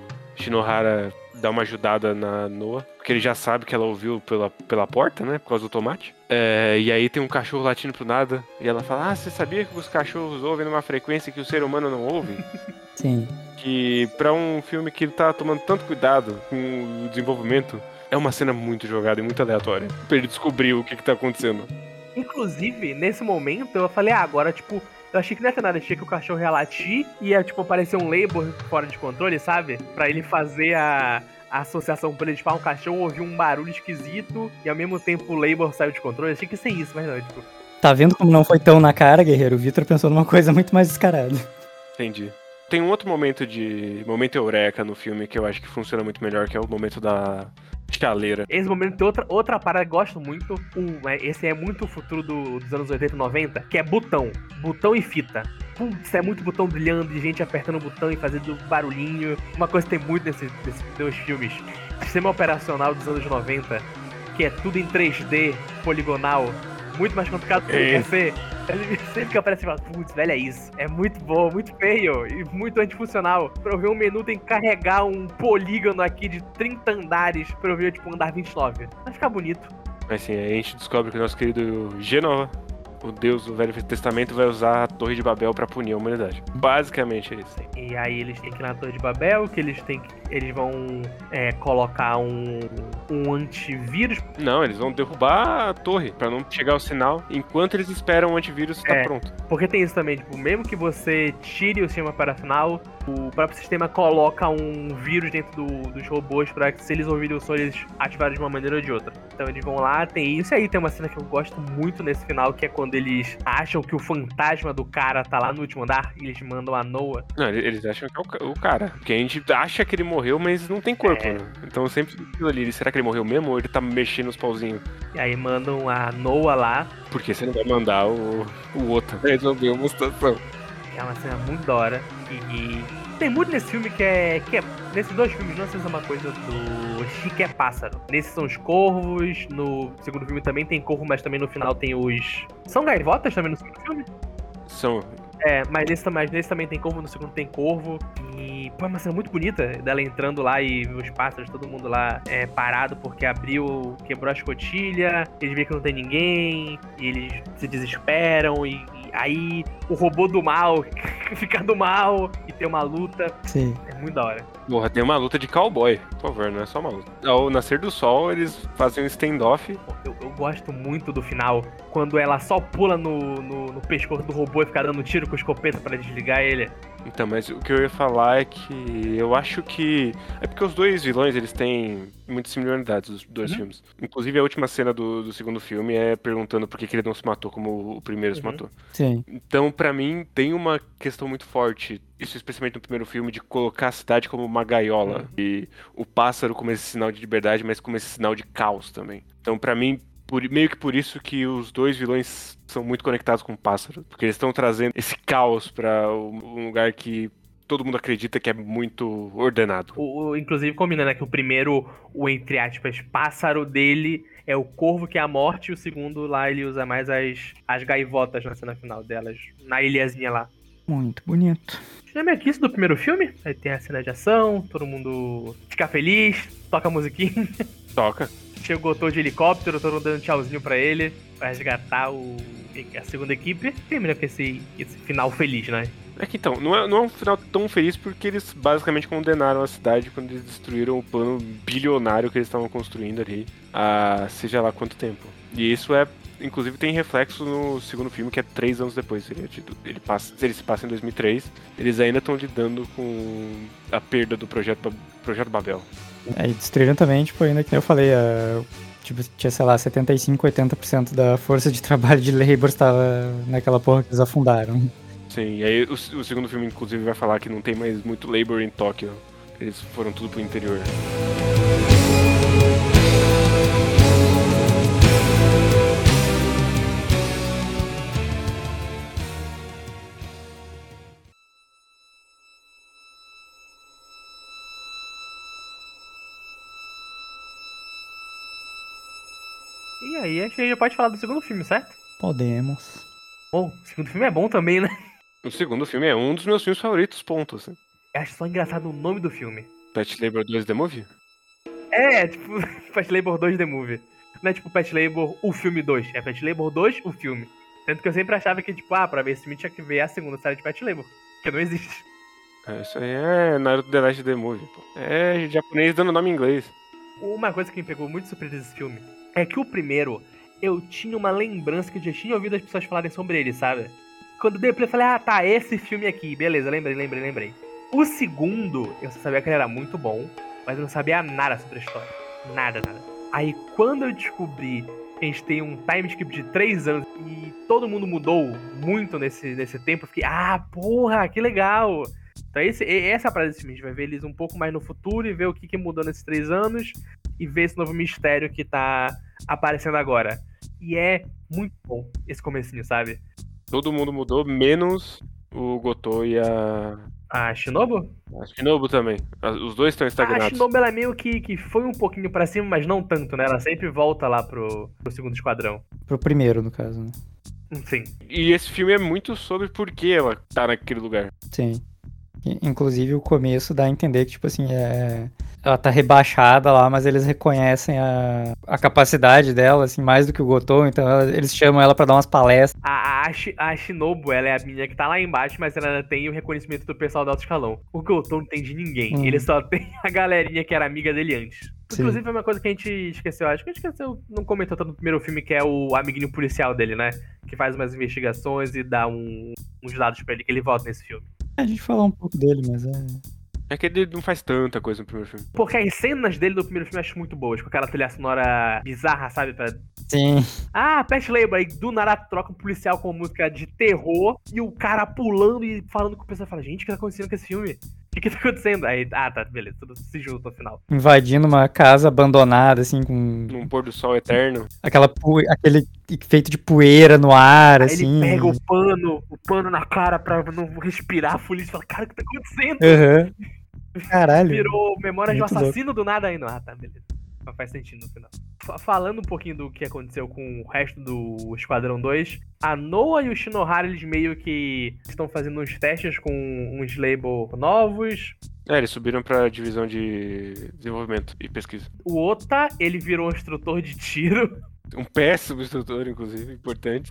Shinohara dar uma ajudada na Noa, porque ele já sabe que ela ouviu pela, pela porta, né, por causa do tomate. É, e aí tem um cachorro latindo pro nada, e ela fala, ah, você sabia que os cachorros ouvem numa frequência que o ser humano não ouve? Sim. Que pra um filme que tá tomando tanto cuidado com o desenvolvimento, é uma cena muito jogada e muito aleatória, pra ele descobrir o que que tá acontecendo. Inclusive, nesse momento, eu falei, ah, agora, tipo, eu achei que não ia ter nada, achei que o cachorro ia latir e ia, tipo, aparecer um label fora de controle, sabe? Pra ele fazer a, a associação pra ele, tipo, ah, um cachorro ouviu um barulho esquisito e ao mesmo tempo o label saiu de controle. Achei que ia ser isso, mas não, tipo... Tá vendo como não foi tão na cara, guerreiro? O Victor pensou numa coisa muito mais descarada. Entendi. Tem um outro momento de... momento eureka no filme que eu acho que funciona muito melhor, que é o momento da... chaleira. Esse momento tem outra, outra parada que eu gosto muito. Um, é, esse é muito o futuro do, dos anos oitenta e noventa, que é botão. Botão e fita. Putz, é muito botão brilhando e gente apertando o botão e fazendo barulhinho. Uma coisa que tem muito nesses, nesses dois filmes. Sistema operacional dos anos noventa, que é tudo em três D, poligonal. Muito mais complicado do que É. quer ser. Ele sempre que aparece e fala, putz, velho, é isso. É muito bom, muito feio e muito antifuncional. Pra eu ver um menu tem que carregar um polígono aqui de trinta andares pra eu ver, tipo, um andar vinte e nove. Vai ficar bonito. Mas assim, aí a gente descobre que o nosso querido Genova, o deus do Velho Testamento, vai usar a Torre de Babel pra punir a humanidade. Basicamente é isso. E aí eles têm que ir na Torre de Babel, que eles têm que, eles vão é, colocar um, um antivírus. Não, eles vão derrubar a torre pra não chegar o sinal enquanto eles esperam o antivírus estar É. pronto. Porque tem isso também, tipo, mesmo que você tire o sistema operacional, o próprio sistema coloca um vírus dentro do, dos robôs pra que se eles ouvirem o som, eles ativarem de uma maneira ou de outra. Então eles vão lá, tem isso. E aí tem uma cena que eu gosto muito nesse final, que é quando eles acham que o fantasma do cara tá lá no último andar, e eles mandam a Noa. Não, eles acham que é o ca- o cara. Porque a gente acha que ele morreu, mas não tem corpo, É. né? Então sempre fica aquilo ali. Será que ele morreu mesmo ou ele tá mexendo os pauzinhos? E aí mandam a Noa lá. Porque você não vai mandar o, o outro pra resolver uma situação. É uma cena muito da hora. E, e tem muito nesse filme que é, que é... Nesses dois filmes não sei se é uma coisa do Chique é pássaro. Nesse são os corvos. No segundo filme também tem corvo, mas também no final tem os... São gaivotas também no segundo filme? São. É, mas nesse, mas nesse também tem corvo, no segundo tem corvo. E, pô, é uma cena muito bonita dela entrando lá e os pássaros, todo mundo lá é, parado porque abriu, quebrou a escotilha. Eles veem que não tem ninguém, e eles se desesperam. E, e Aí o robô do mal fica do mal e tem uma luta. Sim. É muito da hora. Porra, tem uma luta de cowboy, por favor, não é só uma luta. Ao nascer do sol, eles fazem um standoff. Eu, eu gosto muito do final, quando ela só pula no, no, no pescoço do robô e fica dando tiro com a escopeta pra desligar ele. Então, mas o que eu ia falar é que eu acho que... É porque os dois vilões, eles têm muitas similaridades, os dois Uhum. filmes. Inclusive, a última cena do, do segundo filme é perguntando por que, que ele não se matou como o primeiro se Uhum. matou. Sim. Então, pra mim, tem uma questão muito forte, isso especialmente no primeiro filme, de colocar a cidade como uma gaiola. Uhum. E o pássaro como esse sinal de liberdade, mas como esse sinal de caos também. Então, pra mim, por, meio que por isso que os dois vilões são muito conectados com o pássaro. Porque eles estão trazendo esse caos pra um lugar que todo mundo acredita que é muito ordenado. O, o- inclusive combina, né, que o primeiro, o entre aspas, pássaro dele é o corvo, que é a morte, e o segundo lá ele usa mais as, as gaivotas na cena final delas, na ilhazinha lá. Muito bonito. Lembra aqui isso do primeiro filme? Aí tem a cena de ação, todo mundo fica feliz, toca a musiquinha. Toca. Chegou todo de helicóptero, todo mundo dando tchauzinho pra ele, pra resgatar o, a segunda equipe. Termina com esse, esse final feliz, né? É que então, não é, não é um final tão feliz porque eles basicamente condenaram a cidade quando eles destruíram o plano bilionário que eles estavam construindo ali há seja lá quanto tempo. E isso é, inclusive tem reflexo no segundo filme, que é três anos depois. Ele, ele, passa, ele se passa em dois mil e três, eles ainda estão lidando com a perda do projeto, projeto Babel. Aí destruíram também, tipo, ainda que eu falei, a, tipo, tinha, sei lá, setenta e cinco, oitenta por cento da força de trabalho de Labor estava naquela porra que eles afundaram. Sim, e aí o, o segundo filme, inclusive, vai falar que não tem mais muito Labor em Tóquio. Eles foram tudo pro interior. E aí, a gente já pode falar do segundo filme, certo? Podemos. Bom, o segundo filme é bom também, né? O segundo filme é um dos meus filmes favoritos, ponto. Assim. Eu acho só engraçado o nome do filme. Pet Labor dois The Movie? É, tipo, Pet Labor dois The Movie. Não é tipo Pet Labor o filme dois, é Pet Labor dois o filme. Tanto que eu sempre achava que, tipo, ah, pra ver esse filme tinha que ver a segunda série de Pet Labor, que não existe. É, isso aí é Naruto The Last The Movie, pô. É japonês dando nome em inglês. Uma coisa que me pegou muito surpresa desse filme é que o primeiro, eu tinha uma lembrança que eu já tinha ouvido as pessoas falarem sobre ele, sabe? Quando eu dei play, eu falei, ah, tá, esse filme aqui, beleza, lembrei, lembrei, lembrei. O segundo, eu só sabia que ele era muito bom, mas eu não sabia nada sobre a história. Nada, nada. Aí quando eu descobri que a gente tem um time skip de três anos e todo mundo mudou muito nesse, nesse tempo, eu fiquei, ah, porra, que legal! Então esse, essa é a parada desse filme, a gente vai ver eles um pouco mais no futuro e ver o que, que mudou nesses três anos e ver esse novo mistério que tá aparecendo agora. E é muito bom esse comecinho, sabe? Todo mundo mudou, menos o Gotô e a... A Shinobu? a Shinobu também. Os dois estão A estagnados. Shinobu, ela meio que, que foi um pouquinho pra cima, mas não tanto, né? Ela sempre volta lá pro, pro segundo esquadrão. Pro primeiro, no caso, né? Enfim. E esse filme é muito sobre por que ela tá naquele lugar. Sim. I- Inclusive o começo dá a entender que, tipo assim, é... ela tá rebaixada lá, mas eles reconhecem a, a capacidade dela, assim, mais do que o Gotô, então ela- eles chamam ela pra dar umas palestras. A, a, Shi- a Shinobu, ela é a menina que tá lá embaixo, mas ela tem o reconhecimento do pessoal do alto escalão. O Gotô não tem de ninguém. Hum. Ele só tem a galerinha que era amiga dele antes. Sim. Inclusive, é uma coisa que a gente esqueceu. Acho que a gente esqueceu, não comentou tanto no primeiro filme, que é o amiguinho policial dele, né? Que faz umas investigações e dá um- uns dados pra ele, que ele volta nesse filme. A gente falou um pouco dele, mas é... É que ele não faz tanta coisa no primeiro filme. Porque as cenas dele do primeiro filme eu acho muito boas, com aquela trilha sonora bizarra, sabe? Pra... Sim. Ah, Pet Labor, aí do nada troca um policial com música de terror e o cara pulando e falando com o pessoal. Fala, gente, o que tá acontecendo com esse filme? O que que tá acontecendo? Aí, ah, tá, beleza, tudo se junta no final. Invadindo uma casa abandonada, assim, com Num pôr do sol eterno. aquela pu... aquele efeito de poeira no ar, Aí assim. ele pega o pano, o pano na cara pra não respirar, a polícia fala, cara, o que tá acontecendo? Aham. Caralho. Virou Memórias de um Muito Assassino do nada aí, não. Ah, tá, beleza. Mas faz sentido no final. Fa- Falando um pouquinho do que aconteceu com o resto do Esquadrão dois, a Noah e o Shinohara, eles meio que estão fazendo uns testes com uns label novos. É, eles subiram pra divisão de desenvolvimento e pesquisa. O Ota, ele virou um instrutor de tiro. Um péssimo instrutor, inclusive, importante.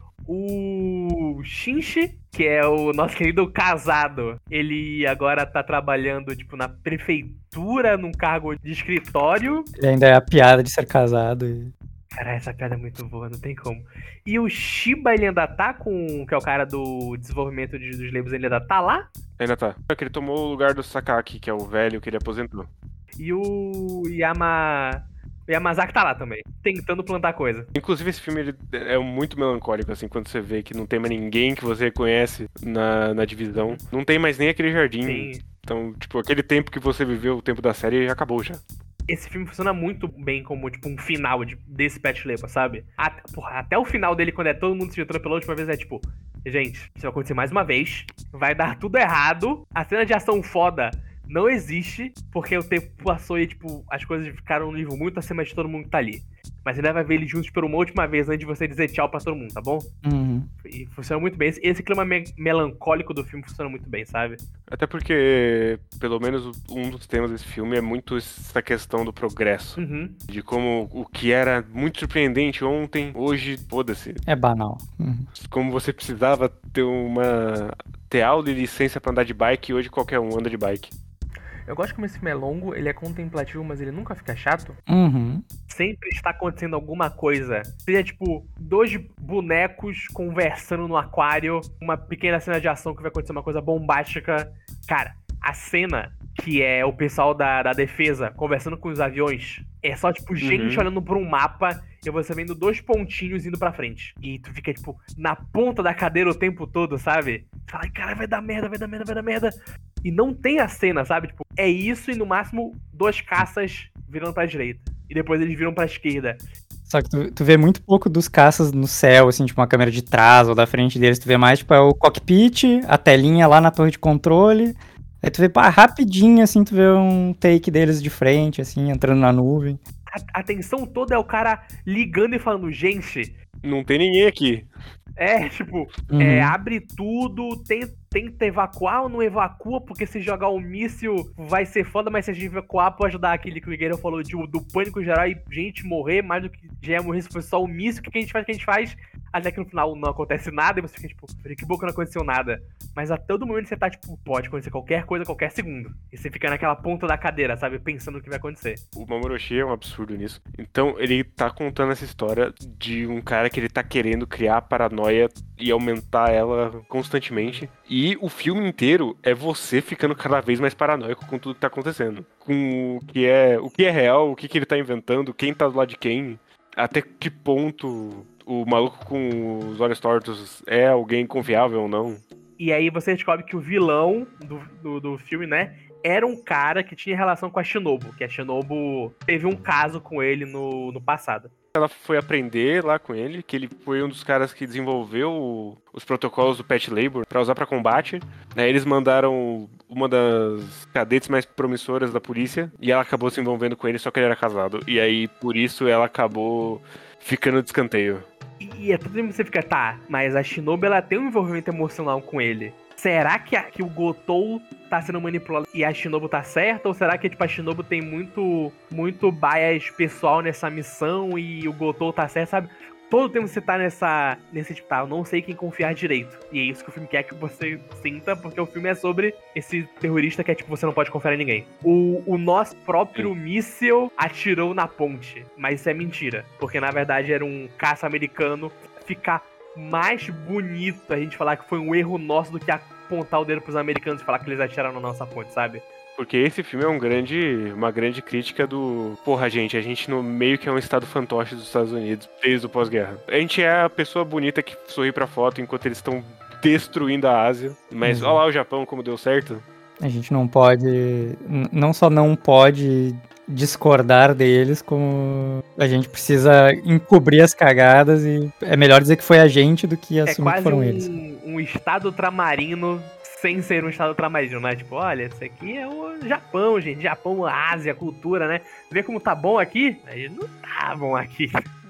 O Shinji, que é o nosso querido casado, ele agora tá trabalhando, tipo, na prefeitura, num cargo de escritório. Ele ainda é a piada de ser casado. E... Cara, essa piada é muito boa, não tem como. E o Shiba, ele ainda tá com... que é o cara do desenvolvimento de, dos labels, ele ainda tá lá? Ainda tá. É que ele tomou o lugar do Sakaki, que é o velho que ele aposentou. E o Yama... O Yamazaki tá lá também, tentando plantar coisa. Inclusive, esse filme ele é muito melancólico, assim, quando você vê que não tem mais ninguém que você conhece na, na divisão. Não tem mais nem aquele jardim. Sim. Então, tipo, aquele tempo que você viveu, o tempo da série, já acabou já. Esse filme funciona muito bem como, tipo, um final de, desse Pet Labor, sabe? Até, porra, até o final dele, quando é todo mundo se juntando pela última vez, é tipo... Gente, isso vai acontecer mais uma vez, vai dar tudo errado, a cena de ação foda não existe, porque o tempo passou e, tipo, as coisas ficaram no nível muito acima de todo mundo que tá ali. Mas ainda vai ver eles juntos por uma última vez antes de você dizer tchau pra todo mundo, tá bom? Uhum. E funciona muito bem. Esse, esse clima me melancólico do filme funciona muito bem, sabe? Até porque, pelo menos, um dos temas desse filme é muito essa questão do progresso. Uhum. De como o que era muito surpreendente ontem, hoje, foda-se. É banal. Uhum. Como você precisava ter uma... ter aula e licença pra andar de bike, e hoje qualquer um anda de bike. Eu gosto como esse filme é longo, ele é contemplativo, mas ele nunca fica chato. Uhum. Sempre está acontecendo alguma coisa. Seja, tipo, dois bonecos conversando no aquário, uma pequena cena de ação que vai acontecer uma coisa bombástica. Cara, a cena que é o pessoal da, da defesa conversando com os aviões, é só, tipo, gente Uhum. olhando por um mapa e você vendo dois pontinhos indo pra frente. E tu fica, tipo, na ponta da cadeira o tempo todo, sabe? Tu fala, cara, vai dar merda, vai dar merda, vai dar merda. E não tem a cena, sabe? Tipo, é isso e no máximo dois caças virando pra direita. E depois eles viram pra esquerda. Só que tu, tu vê muito pouco dos caças no céu, assim, tipo uma câmera de trás ou da frente deles. Tu vê mais, tipo, é o cockpit, a telinha lá na torre de controle. Aí tu vê, pá, rapidinho, assim, tu vê um take deles de frente, assim, entrando na nuvem. A, a tensão toda é o cara ligando e falando, gente... Não tem ninguém aqui. É, tipo, Uhum. é, abre tudo, tem, tenta evacuar ou não evacua, porque se jogar o míssil vai ser foda, mas se a gente evacuar pode ajudar aquele que o Guerreiro falou de, do pânico geral e gente morrer, mais do que já ia morrer se fosse só o míssil, o que, que a gente faz, o que a gente faz? Até que no final não acontece nada e você fica tipo, que bom que não aconteceu nada. Mas a todo momento você tá tipo, pode acontecer qualquer coisa a qualquer segundo. E você fica naquela ponta da cadeira, sabe, pensando o que vai acontecer. O Mamoroshi é um absurdo nisso. Então, ele tá contando essa história de um cara que ele tá querendo criar paranoia e aumentar ela constantemente. E o filme inteiro é você ficando cada vez mais paranoico com tudo que tá acontecendo. Com o que é, o que é real, o que, que ele tá inventando, quem tá do lado de quem, até que ponto o maluco com os olhos tortos é alguém confiável ou não. E aí você descobre que o vilão do, do, do filme, né, era um cara que tinha relação com a Shinobu, que a Shinobu teve um caso com ele no, no passado. Ela foi aprender lá com ele, que ele foi um dos caras que desenvolveu os protocolos do Pet Labor pra usar pra combate. Né, eles mandaram uma das cadetes mais promissoras da polícia e ela acabou se envolvendo com ele, só que ele era casado. E aí, por isso, ela acabou ficando de escanteio. E, e é tudo que você fica, tá, mas a Shinobu, ela tem um envolvimento emocional com ele. Será que, a, que o Gotou tá sendo manipulado e a Shinobu tá certa? Ou será que tipo, a Shinobu tem muito, muito bias pessoal nessa missão e o Gotou tá certo, sabe? Todo tempo você tá nessa, nesse tipo, tá, eu não sei quem confiar direito. E é isso que o filme quer que você sinta, porque o filme é sobre esse terrorista que é tipo, você não pode confiar em ninguém. O, o nosso próprio Sim. míssil atirou na ponte, mas isso é mentira. Porque na verdade era um caça americano. Ficar mais bonito a gente falar que foi um erro nosso do que apontar o dedo pros americanos e falar que eles atiraram na nossa ponte, sabe? Porque esse filme é um grande, uma grande crítica do... Porra, gente, a gente no meio que é um estado fantoche dos Estados Unidos desde o pós-guerra. A gente é a pessoa bonita que sorri pra foto enquanto eles estão destruindo a Ásia. Mas uhum. Olha lá o Japão como deu certo. A gente não pode... Não só não pode discordar deles, como a gente precisa encobrir as cagadas e é melhor dizer que foi a gente do que assumir é que foram um, eles. um estado ultramarino sem ser um estado ultramarino, né? Tipo, olha, isso aqui é o Japão, gente. Japão, Ásia, cultura, né? Vê como tá bom aqui? Aí não tá bom aqui.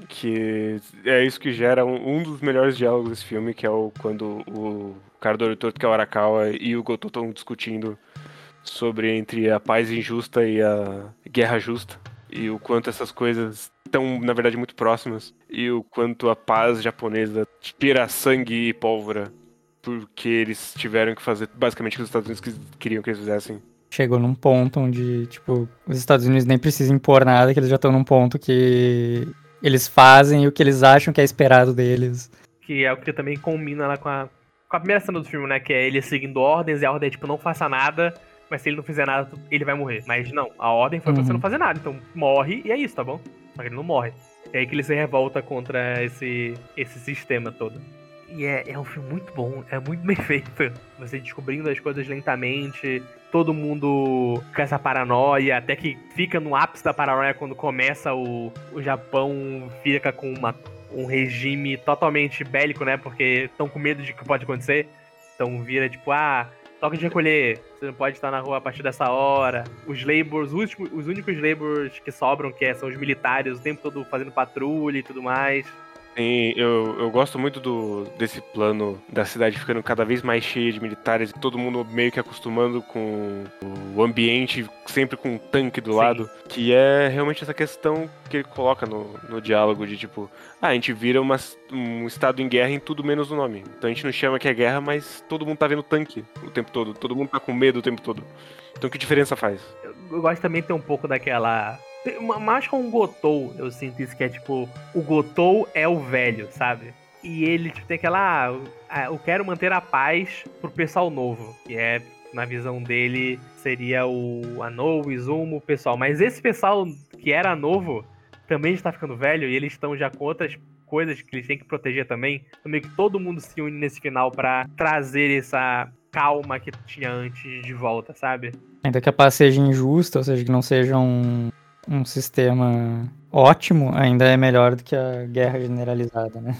Que é isso que gera um, um dos melhores diálogos desse filme, que é o quando o cara do olho torto, que é o Arakawa, e o Gotou estão discutindo sobre entre a paz injusta e a guerra justa. e o quanto essas coisas estão, na verdade, muito próximas, e o quanto a paz japonesa tira sangue e pólvora, porque eles tiveram que fazer basicamente o que os Estados Unidos quis- queriam que eles fizessem. Chegou num ponto onde, tipo, os Estados Unidos nem precisam impor nada, que eles já estão num ponto que eles fazem o que eles acham que é esperado deles. Que é o que também combina lá com a, com a primeira cena do filme, né? Que é ele seguindo ordens e a ordem é tipo, não faça nada, mas se ele não fizer nada, ele vai morrer. Mas não, a ordem foi pra você Uhum. não fazer nada, então morre e é isso, tá bom? Só que ele não morre. É aí que ele se revolta contra esse, esse sistema todo. E é, é um filme muito bom, é muito bem feito. Você descobrindo as coisas lentamente, todo mundo com essa paranoia, até que fica no ápice da paranoia quando começa o, o Japão, fica com uma, um regime totalmente bélico, né? Porque estão com medo de que pode acontecer. Então vira tipo, ah, toque de recolher, você não pode estar na rua a partir dessa hora. Os laborers, os, últimos, os únicos laborers que sobram, que é, são os militares, o tempo todo fazendo patrulha e tudo mais. Sim, eu, eu gosto muito do, desse plano da cidade ficando cada vez mais cheia de militares e todo mundo meio que acostumando com o ambiente, sempre com um tanque do Sim. lado, que é realmente essa questão que ele coloca no, no diálogo de tipo, ah, a gente vira uma, um estado em guerra em tudo menos o nome. Então a gente não chama que é guerra, mas todo mundo tá vendo tanque o tempo todo, todo mundo tá com medo o tempo todo. Então que diferença faz? Eu, eu gosto também de ter um pouco daquela... Mais com um Gotou, eu sinto isso, que é tipo, o Gotou é o velho, sabe? E ele tipo, tem aquela, ah, eu quero manter a paz pro pessoal novo, que é, na visão dele, seria o Anou, o Izumo, o pessoal. Mas esse pessoal que era novo, também está ficando velho, e eles estão já com outras coisas que eles têm que proteger também. Então meio que todo mundo se une nesse final pra trazer essa calma que tinha antes de volta, sabe? Ainda que a paz seja injusta, ou seja, que não seja um, um sistema ótimo, ainda é melhor do que a guerra generalizada, né?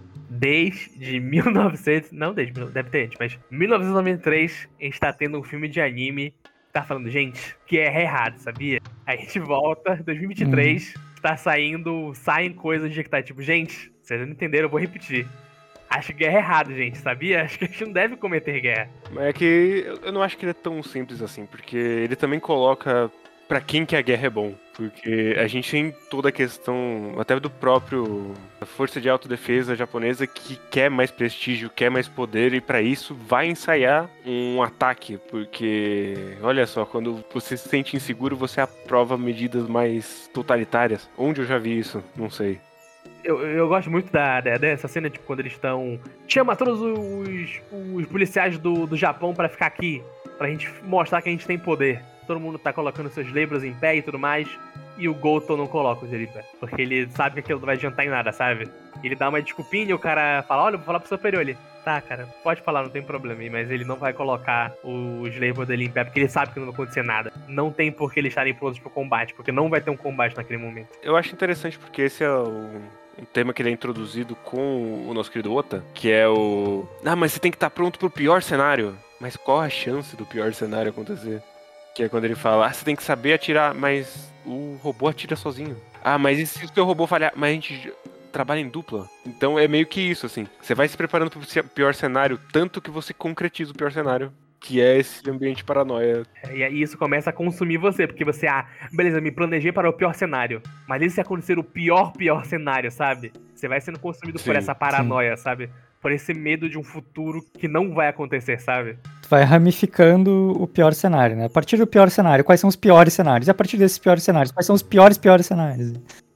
Desde mil e novecentos... Não desde... Deve ter antes, mas... mil novecentos e noventa e três, a gente tá tendo um filme de anime que tá falando, gente, que é errado, sabia? Aí a gente volta, dois mil e vinte e três, uhum. Tá saindo... Saem coisas de que tá tipo, gente, vocês não entenderam, eu vou repetir. Acho que guerra é errado, gente, sabia? Acho que a gente não deve cometer guerra. Mas é que eu não acho que ele é tão simples assim, porque ele também coloca pra quem que a guerra é bom. Porque a gente tem toda a questão, até do próprio a força de autodefesa japonesa, que quer mais prestígio, quer mais poder, e pra isso vai ensaiar um ataque. Porque, olha só, quando você se sente inseguro, você aprova medidas mais totalitárias. Onde eu já vi isso? Não sei. Eu, eu gosto muito da, dessa cena, tipo, quando eles estão... Chama todos os, os policiais do, do Japão pra ficar aqui, pra gente mostrar que a gente tem poder. Todo mundo tá colocando seus labels em pé e tudo mais, e o Goto não coloca os dele em pé, porque ele sabe que aquilo não vai adiantar em nada, sabe? Ele dá uma desculpinha e o cara fala, olha, eu vou falar pro superior ali. Tá, cara, pode falar, não tem problema, mas ele não vai colocar os labels dele em pé, porque ele sabe que não vai acontecer nada. Não tem por que eles estarem prontos pro combate, porque não vai ter um combate naquele momento. Eu acho interessante porque esse é o... um tema que ele é introduzido com o nosso querido Ota, que é o... Ah, mas você tem que estar pronto pro pior cenário. Mas qual a chance do pior cenário acontecer? Que é quando ele fala, ah, você tem que saber atirar, mas o robô atira sozinho. Ah, mas e se o seu robô falhar? Mas a gente trabalha em dupla. Então é meio que isso, assim. Você vai se preparando pro pior cenário, tanto que você concretiza o pior cenário. Que é esse ambiente paranoia. E aí isso começa a consumir você, porque você, ah, beleza, me planejei para o pior cenário. Mas e se acontecer o pior, pior cenário, sabe? Você vai sendo consumido sim, por essa paranoia, sim. Sabe? Por esse medo de um futuro que não vai acontecer, sabe? Tu vai ramificando o pior cenário, né? A partir do pior cenário, quais são os piores cenários? E a partir desses piores cenários, quais são os piores, piores cenários?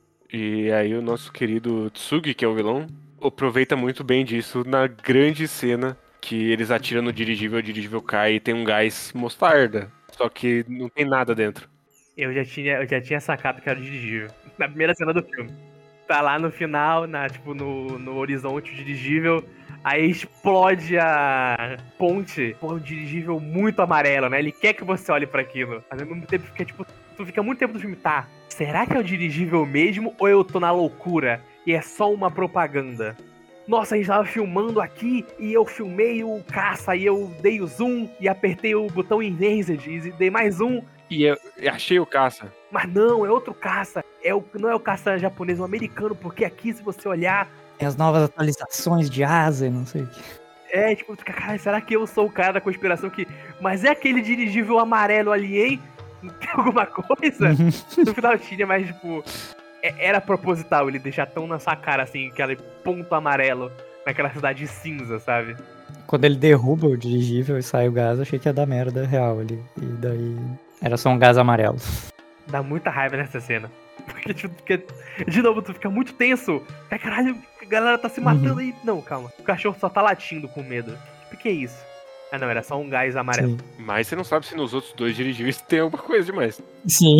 E aí o nosso querido Tsugi, que é o vilão, aproveita muito bem disso na grande cena que eles atiram no dirigível, o dirigível cai e tem um gás mostarda. Só que não tem nada dentro. Eu já tinha, eu já tinha sacado que era o dirigível. Na primeira cena do filme. Tá lá no final, na, tipo, no, no horizonte o dirigível. Aí explode a ponte. Pô, um dirigível muito amarelo, né? Ele quer que você olhe pra aquilo. Mas ao mesmo tempo fica, tipo, tu fica muito tempo no filme, tá? Será que é o dirigível mesmo ou eu tô na loucura? E é só uma propaganda? Nossa, a gente tava filmando aqui e eu filmei o caça e eu dei o zoom e apertei o botão Erased e dei mais um. E eu achei o caça. Mas não, é outro caça. É o, não é o caça japonês, é o americano, porque aqui, se você olhar... Tem as novas atualizações de asa e não sei o que. É, tipo, cara, será que eu sou o cara da conspiração que... Mas é aquele dirigível amarelo ali, hein? Tem alguma coisa? No final tinha, mas, tipo, era proposital ele deixar tão na sua cara, assim, aquele ponto amarelo naquela cidade cinza, sabe? Quando ele derruba o dirigível e sai o gás, eu achei que ia dar merda real ali. E daí era só um gás amarelo. Dá muita raiva nessa cena. Porque, tipo, porque, de novo, tu fica muito tenso. Ai, caralho, a galera tá se matando Uhum. aí. Não, calma. O cachorro só tá latindo com medo. Tipo, o que é isso? Ah, não, era só um gás amarelo. Sim. Mas você não sabe se nos outros dois dirigíveis tem alguma coisa demais. Sim.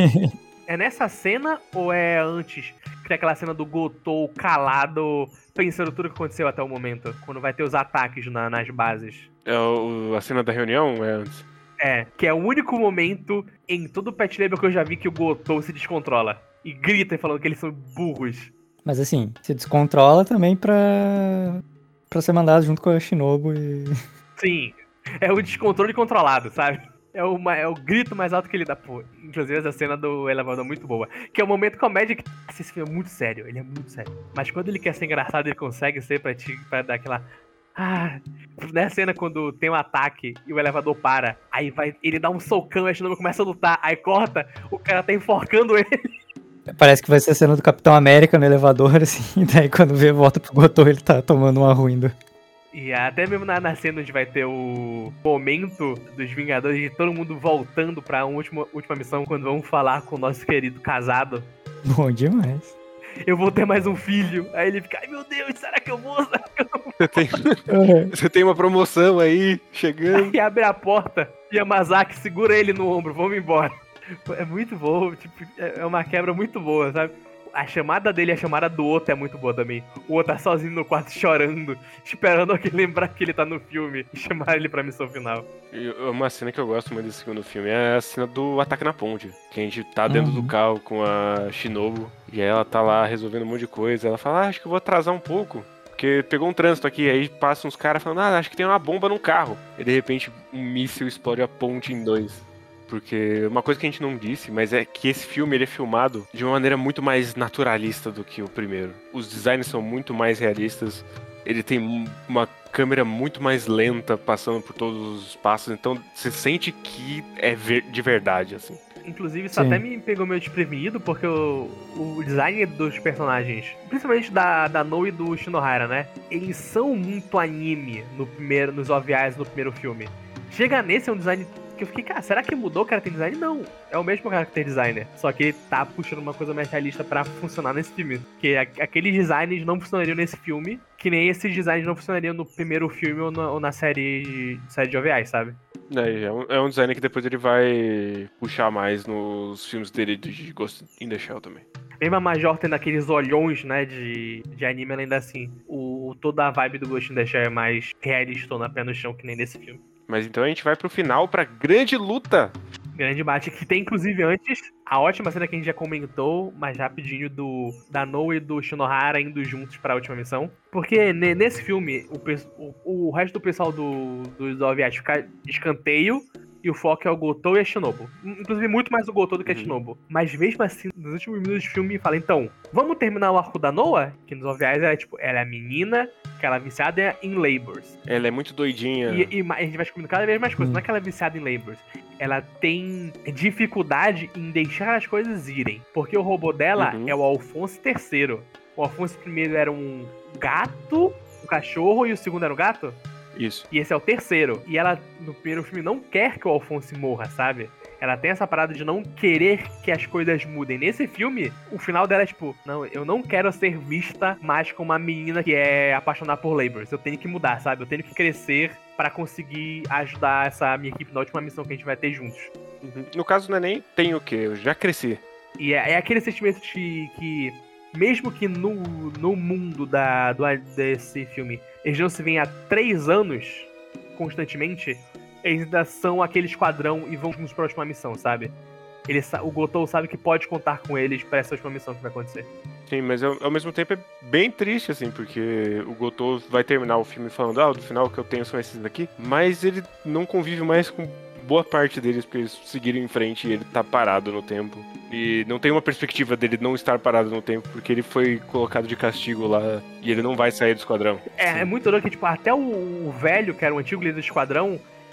É nessa cena ou é antes? Que tem aquela cena do Gotou calado, pensando tudo que aconteceu até o momento. Quando vai ter os ataques na- nas bases. É o- a cena da reunião é antes. É, que é o único momento em todo o Pet Label que eu já vi que o Gotou se descontrola. E grita falando que eles são burros. Mas assim, se descontrola também pra, pra ser mandado junto com a Shinobu e... Sim, é o descontrole controlado, sabe? É o, ma- é o grito mais alto que ele dá. Pô, inclusive essa cena do elevador é muito boa. Que é o momento comédia que esse filme é muito sério, ele é muito sério. Mas quando ele quer ser engraçado, ele consegue ser pra, te, pra dar aquela... Ah, nessa cena quando tem um ataque e o elevador para, aí vai, ele dá um socão e a Shinobu começa a lutar, aí corta, o cara tá enforcando ele. Parece que vai ser a cena do Capitão América no elevador, assim, e daí quando vê, volta pro Gotou, ele tá tomando uma ruim do... E até mesmo na, na cena onde vai ter o momento dos Vingadores de todo mundo voltando pra uma última, última missão, quando vão falar com o nosso querido casado. Bom demais. Eu vou ter mais um filho. Aí ele fica, ai meu Deus, será que eu vou? Será que eu não vou? Você tem, Uhum. você tem uma promoção aí, chegando. Aí abre a porta e a Masaki segura ele no ombro, vamos embora. É muito bom, tipo, é uma quebra muito boa, sabe? A chamada dele e a chamada do outro é muito boa também. O outro tá sozinho no quarto chorando, esperando alguém lembrar que ele tá no filme e chamar ele pra missão final. E uma cena que eu gosto muito desse segundo filme é a cena do ataque na ponte. Que a gente tá dentro Uhum. do carro com a Shinobu e ela tá lá resolvendo um monte de coisa. Ela fala, ah, acho que eu vou atrasar um pouco. Porque pegou um trânsito aqui, aí passa uns caras falando, ah, acho que tem uma bomba no carro. E de repente um míssil explode a ponte em dois. Porque uma coisa que a gente não disse, mas é que esse filme ele é filmado de uma maneira muito mais naturalista do que o primeiro. Os designs são muito mais realistas. Ele tem uma câmera muito mais lenta passando por todos os passos. Então você sente que é ver- de verdade, assim. Inclusive, isso Sim. até me pegou meio desprevenido, porque o, o design dos personagens, principalmente da, da No e do Shinohara, né? Eles são muito anime no primeiro, nos O V As no primeiro filme. Chega nesse, é um design que eu fiquei, cara, será que mudou o character design? Não, é o mesmo character designer, só que ele tá puxando uma coisa mais realista pra funcionar nesse filme. Porque a- aqueles designs não funcionariam nesse filme, que nem esses designs não funcionariam no primeiro filme ou na, ou na série, série de O V As, sabe? É, é um, é um design que depois ele vai puxar mais nos filmes dele de Ghost in the Shell também. Mesmo a Major tendo aqueles olhões, né, de, de anime, ela ainda assim, o, toda a vibe do Ghost in the Shell é mais realista, na pé no chão, que nem nesse filme. Mas então a gente vai pro final, pra grande luta. Grande bate, que tem inclusive antes a ótima cena que a gente já comentou, mas rapidinho, do da No e do Shinohara indo juntos pra última missão. Porque ne- nesse filme, o, pe- o, o resto do pessoal do, dos O V As fica de escanteio e o foco é o Gotou e a Shinobu. Inclusive muito mais o Gotou do que a Uhum. Shinobu. Mas mesmo assim, nos últimos minutos do filme, fala, então, vamos terminar o arco da Noa? Que nos O V As ela é tipo, ela é a menina que ela é viciada em labors. Ela é muito doidinha. E, e ma- a gente vai descobrindo cada vez mais coisas. Hum. Não é que ela é viciada em labors. Ela tem dificuldade em deixar as coisas irem. Porque o robô dela Uhum. é o Alfonso terceiro. O Alfonso primeiro era um gato, um cachorro, e o segundo era um gato. Isso. E esse é o terceiro. E ela, no primeiro filme, não quer que o Alfonso morra, sabe? Ela tem essa parada de não querer que as coisas mudem. Nesse filme, o final dela é tipo, não, eu não quero ser vista mais como uma menina que é apaixonada por labors. Eu tenho que mudar, sabe? Eu tenho que crescer pra conseguir ajudar essa minha equipe na última missão que a gente vai ter juntos. Uhum. No caso não é nem tem o quê, eu já cresci. E é, é aquele sentimento de que, mesmo que no, no mundo da, do, desse filme eles não se veem há três anos constantemente, eles ainda são aquele esquadrão e vão juntos pra última missão, sabe? Ele, sa- o Gotou sabe que pode contar com eles pra essa última missão que vai acontecer. Sim, mas ao, ao mesmo tempo é bem triste, assim, porque o Gotou vai terminar o filme falando, ah, o final que eu tenho são esses daqui, mas ele não convive mais com boa parte deles porque eles seguiram em frente e ele tá parado no tempo. E não tem uma perspectiva dele não estar parado no tempo, porque ele foi colocado de castigo lá e ele não vai sair do esquadrão. É, é muito louco que, tipo, até o, o velho, que era o antigo líder do esquadrão,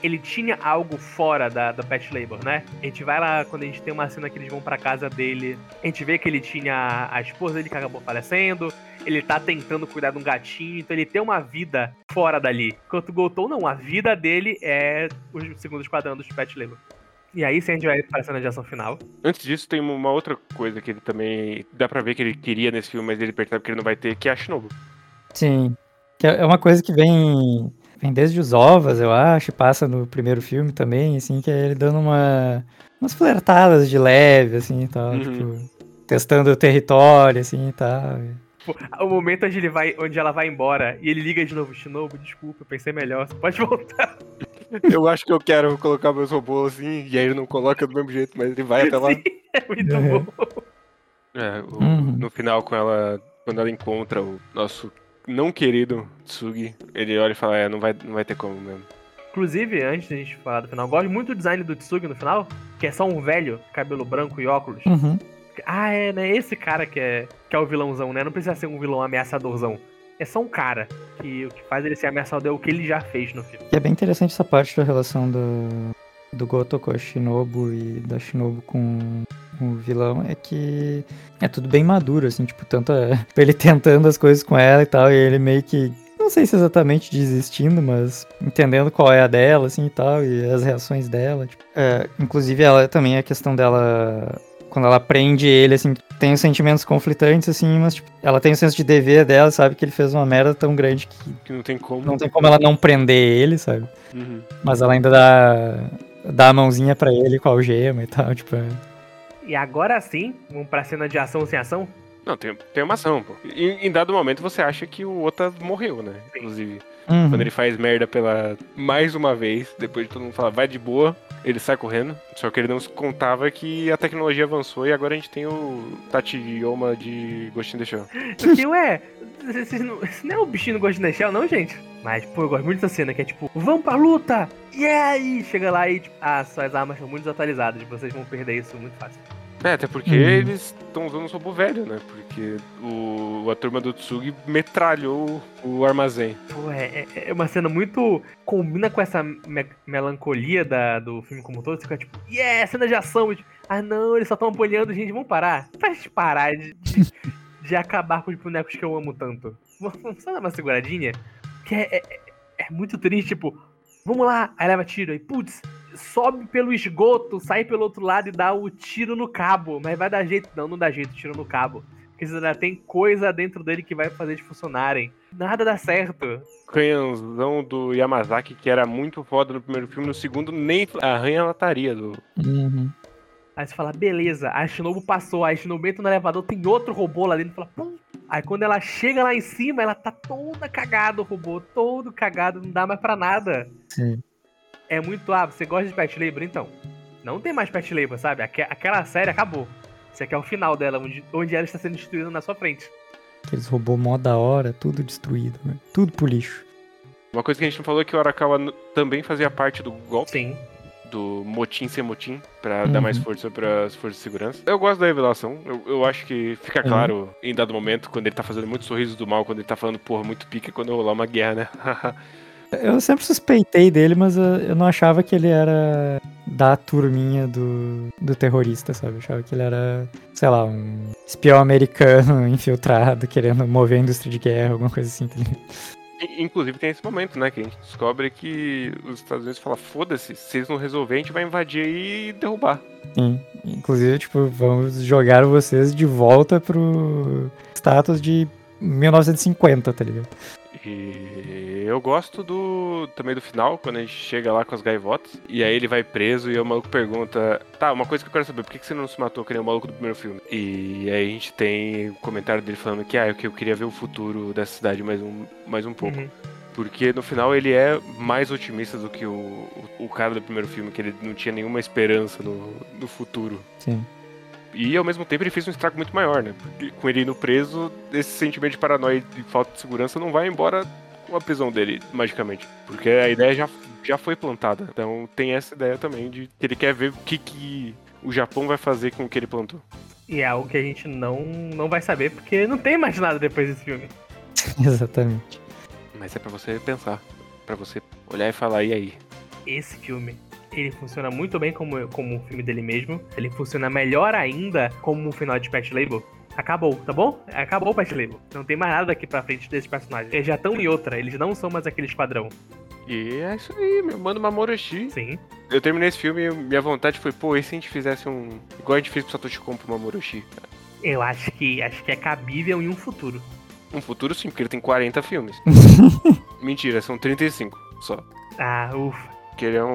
ele tinha algo fora da, da Pet Labor, né? A gente vai lá, quando a gente tem uma cena que eles vão pra casa dele, a gente vê que ele tinha a esposa dele que acabou falecendo, ele tá tentando cuidar de um gatinho, então ele tem uma vida fora dali. Enquanto o Gotou, não, a vida dele é o segundo esquadrão dos Pet Labor. E aí, se a gente vai pra cena de ação final. Antes disso, tem uma outra coisa que ele também... Dá pra ver que ele queria nesse filme, mas ele percebe que ele não vai ter, que é a Shinobu. Sim. Que é uma coisa que vem... Vem desde os ovos, eu acho, passa no primeiro filme também, assim, que é ele dando uma, umas flertadas de leve, assim, e tal, Uhum. tipo, testando o território, assim, e tal. O momento onde, ele vai, onde ela vai embora e ele liga de novo, Shinobu, desculpa, eu pensei melhor, você pode voltar. Eu acho que eu quero colocar meus robôs assim, e aí ele não coloca do mesmo jeito, mas ele vai até lá. Sim, é muito Uhum. bom. É, o- Uhum. no final, com ela, quando ela encontra o nosso não querido Tsugi, ele olha e fala, é, não vai, não vai ter como mesmo. Inclusive, antes da gente falar do final, eu gosto muito do design do Tsugi no final, que é só um velho, cabelo branco e óculos. Uhum. Ah, é, né? Esse cara que é, que é o vilãozão, né? Não precisa ser um vilão ameaçadorzão. É só um cara que o que faz ele ser ameaçador é o que ele já fez no filme. E é bem interessante essa parte da relação do, do Goto com a Shinobu e da Shinobu com o vilão, é que é tudo bem maduro, assim, tipo, tanto é, ele tentando as coisas com ela e tal, e ele meio que, não sei se exatamente desistindo, mas entendendo qual é a dela, assim, e tal, e as reações dela, tipo, é, inclusive ela também, a questão dela, quando ela prende ele, assim, tem os sentimentos conflitantes, assim, mas, tipo, ela tem o senso de dever dela, sabe, que ele fez uma merda tão grande que Que não tem como. não tem como ela não prender ele, sabe, Uhum. mas ela ainda dá, dá a mãozinha pra ele com a algema e tal, tipo, é... E agora sim, vamos pra cena de ação sem ação? Não, tem, tem uma ação, pô. E, em dado momento você acha que o Ota morreu, né? Inclusive. Uhum. Quando ele faz merda pela mais uma vez, depois de todo mundo falar, vai de boa, ele sai correndo. Só que ele não se contava que a tecnologia avançou e agora a gente tem o Tachiyoma de Ghost in the Shell. Porque, ué, esse não, esse não é o bichinho do Ghost in the Shell, não, gente? Mas, pô, eu gosto muito dessa cena, que é tipo, vamos pra luta! E aí, chega lá e, tipo, ah, suas armas estão muito desatualizadas, vocês vão perder isso muito fácil. É, até porque Uhum. eles estão usando o robô velho, né? Porque o, a turma do Tsugi metralhou o armazém. Pô, é, é- é uma cena muito... Combina com essa me- melancolia da, do filme como um todo. Você fica tipo, yeah, cena de ação. E, tipo, ah, não, eles só estão apoiando, gente, vamos parar. Faz a gente parar de, de, de acabar com os bonecos que eu amo tanto. Vamos só dar uma seguradinha. Que é, é, é muito triste, tipo, vamos lá. Aí leva tiro, aí, putz, sobe pelo esgoto, sai pelo outro lado e dá o tiro no cabo. Mas vai dar jeito. Não, não dá jeito, tiro no cabo. Porque você ainda tem coisa dentro dele que vai fazer eles funcionarem. Nada dá certo. Canhãozão do Yamazaki, que era muito foda no primeiro filme, no segundo nem arranha a lataria do... Uhum. Aí você fala, beleza, a Shinobu passou, aí a Shinobu entra no elevador, tem outro robô lá dentro e fala, pum. Aí quando ela chega lá em cima, ela tá toda cagada, o robô, todo cagado, não dá mais pra nada. Sim. É muito, ah, você gosta de Pet Labor? Então, não tem mais Pet Labor, sabe? Aque- Aquela série acabou. Isso aqui é o final dela, onde, onde ela está sendo destruída na sua frente. Aqueles robôs mó da hora, tudo destruído, né? Tudo pro lixo. Uma coisa que a gente não falou é que o Arakawa n- também fazia parte do golpe, Sim. do motim sem motim, pra Uhum. dar mais força para as forças de segurança. Eu gosto da revelação, eu, eu acho que fica Uhum. claro em dado momento, quando ele tá fazendo muitos sorrisos do mal, quando ele tá falando, porra, muito pica, quando rolar uma guerra, né? Eu sempre suspeitei dele, mas eu, eu não achava que ele era da turminha do, do terrorista, sabe? Eu achava que ele era, sei lá, um espião americano infiltrado, querendo mover a indústria de guerra, alguma coisa assim, tá ligado? I- Inclusive tem esse momento, né, que a gente descobre que os Estados Unidos falam, foda-se, se eles não resolverem, a gente vai invadir e derrubar. Sim. Inclusive, tipo, vamos jogar vocês de volta pro status de mil novecentos e cinquenta, tá ligado? E eu gosto do também do final, quando a gente chega lá com as gaivotas, e aí ele vai preso e o maluco pergunta, tá, uma coisa que eu quero saber, por que que você não se matou que nem o maluco do primeiro filme? E aí a gente tem o comentário dele falando que, ah, eu, que eu queria ver o futuro dessa cidade mais um, mais um pouco. Uhum. Porque no final ele é mais otimista do que o, o, o cara do primeiro filme, que ele não tinha nenhuma esperança no, no futuro. Sim. E ao mesmo tempo ele fez um estrago muito maior, né? Porque com ele indo preso, esse sentimento de paranoia e falta de segurança não vai embora com a prisão dele, magicamente. Porque a ideia já, já foi plantada. Então tem essa ideia também de que ele quer ver o que, que o Japão vai fazer com o que ele plantou. E é algo que a gente não, não vai saber, porque não tem mais nada depois desse filme. Exatamente. Mas é pra você pensar, pra você olhar e falar, e aí? esse filme, ele funciona muito bem como, como um filme dele mesmo. Ele funciona melhor ainda como um final de Pet Label. Acabou, tá bom? Acabou o Pet Label. Não tem mais nada daqui pra frente desses personagens. Eles já estão em outra, eles não são mais aquele esquadrão. E é isso aí, meu mano Mamorushi. Sim. Eu terminei esse filme e minha vontade foi, pô, e se a gente fizesse um... igual a gente fez pro Satoshi Kon pro Mamorushi? Eu acho que, acho que é cabível em um futuro. Um futuro sim, porque ele tem quarenta filmes. Mentira, são trinta e cinco só. Ah, ufa. Que ele é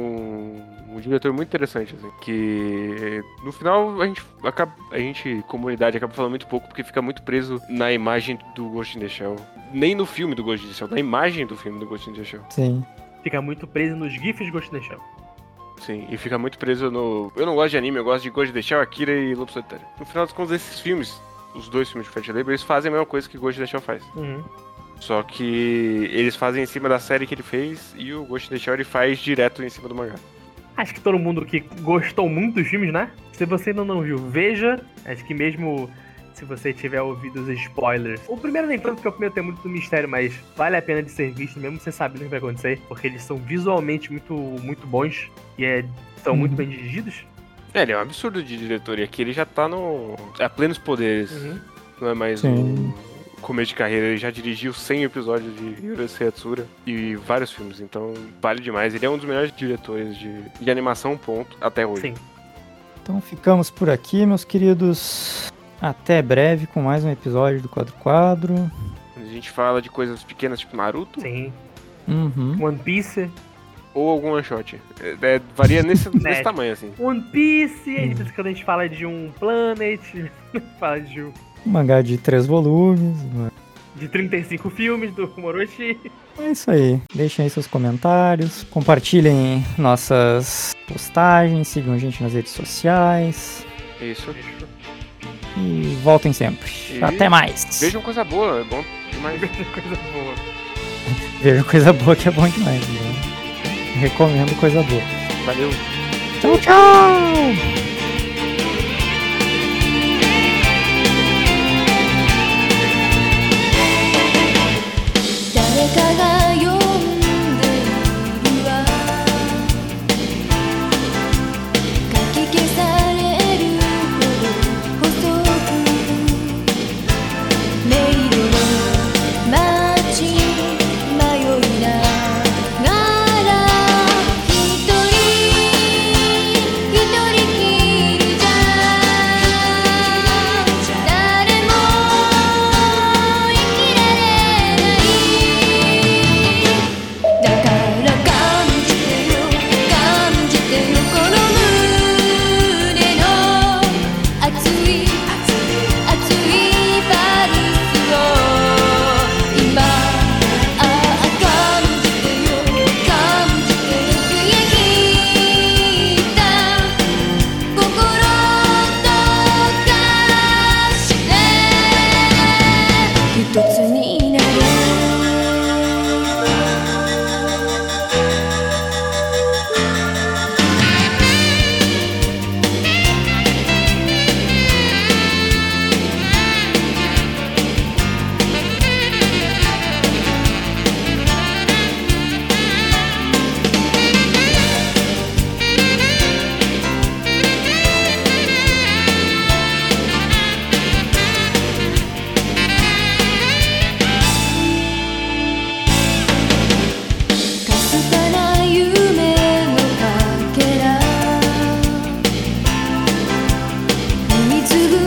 um, um diretor muito interessante, assim. Que no final a gente acaba, a gente, comunidade, acaba falando muito pouco porque fica muito preso na imagem do Ghost in the Shell. Nem no filme do Ghost in the Shell, na imagem do filme do Ghost in the Shell. Sim. Fica muito preso nos GIFs de Ghost in the Shell. Sim, e fica muito preso no... Eu não gosto de anime, eu gosto de Ghost in the Shell, Akira e Lobo Solitário. No final dos contos, esses filmes, os dois filmes de Pet Labor, eles fazem a mesma coisa que Ghost in the Shell faz. Uhum. Só que eles fazem em cima da série que ele fez e o Ghost in the Shell ele faz direto em cima do mangá. Acho que todo mundo que gostou muito dos filmes, né? Se você ainda não viu, veja. Acho que mesmo se você tiver ouvido os spoilers. O primeiro nem tanto, porque o primeiro tem muito do mistério, mas vale a pena de ser visto, mesmo você sabendo o que vai acontecer. Porque eles são visualmente muito, muito bons e é, são Uhum. muito bem dirigidos. É, ele é um absurdo de diretor e aqui ele já tá no... a plenos poderes. Uhum. Não é mais Sim. um começo de carreira, ele já dirigiu cem episódios de Urusei Yatsura e vários filmes, então vale demais. Ele é um dos melhores diretores de, de animação, ponto, até hoje. Sim. Então ficamos por aqui, meus queridos. Até breve com mais um episódio do Quadro Quadro. A gente fala de coisas pequenas tipo Naruto Sim. Uhum. One Piece. ou algum one shot. É, é, varia nesse, nesse tamanho, assim. One Piece, aí depois quando a gente fala de um Planet, fala de um... Um mangá de três volumes. Uma... de trinta e cinco filmes do Moroshi. É isso aí. Deixem aí seus comentários. Compartilhem nossas postagens. Sigam a gente nas redes sociais. Isso. E voltem sempre. E Até mais. Vejam coisa boa, é bom demais. Coisa boa. Vejam coisa boa que é bom demais. Né? Recomendo coisa boa. Valeu. Tchau, tchau! 「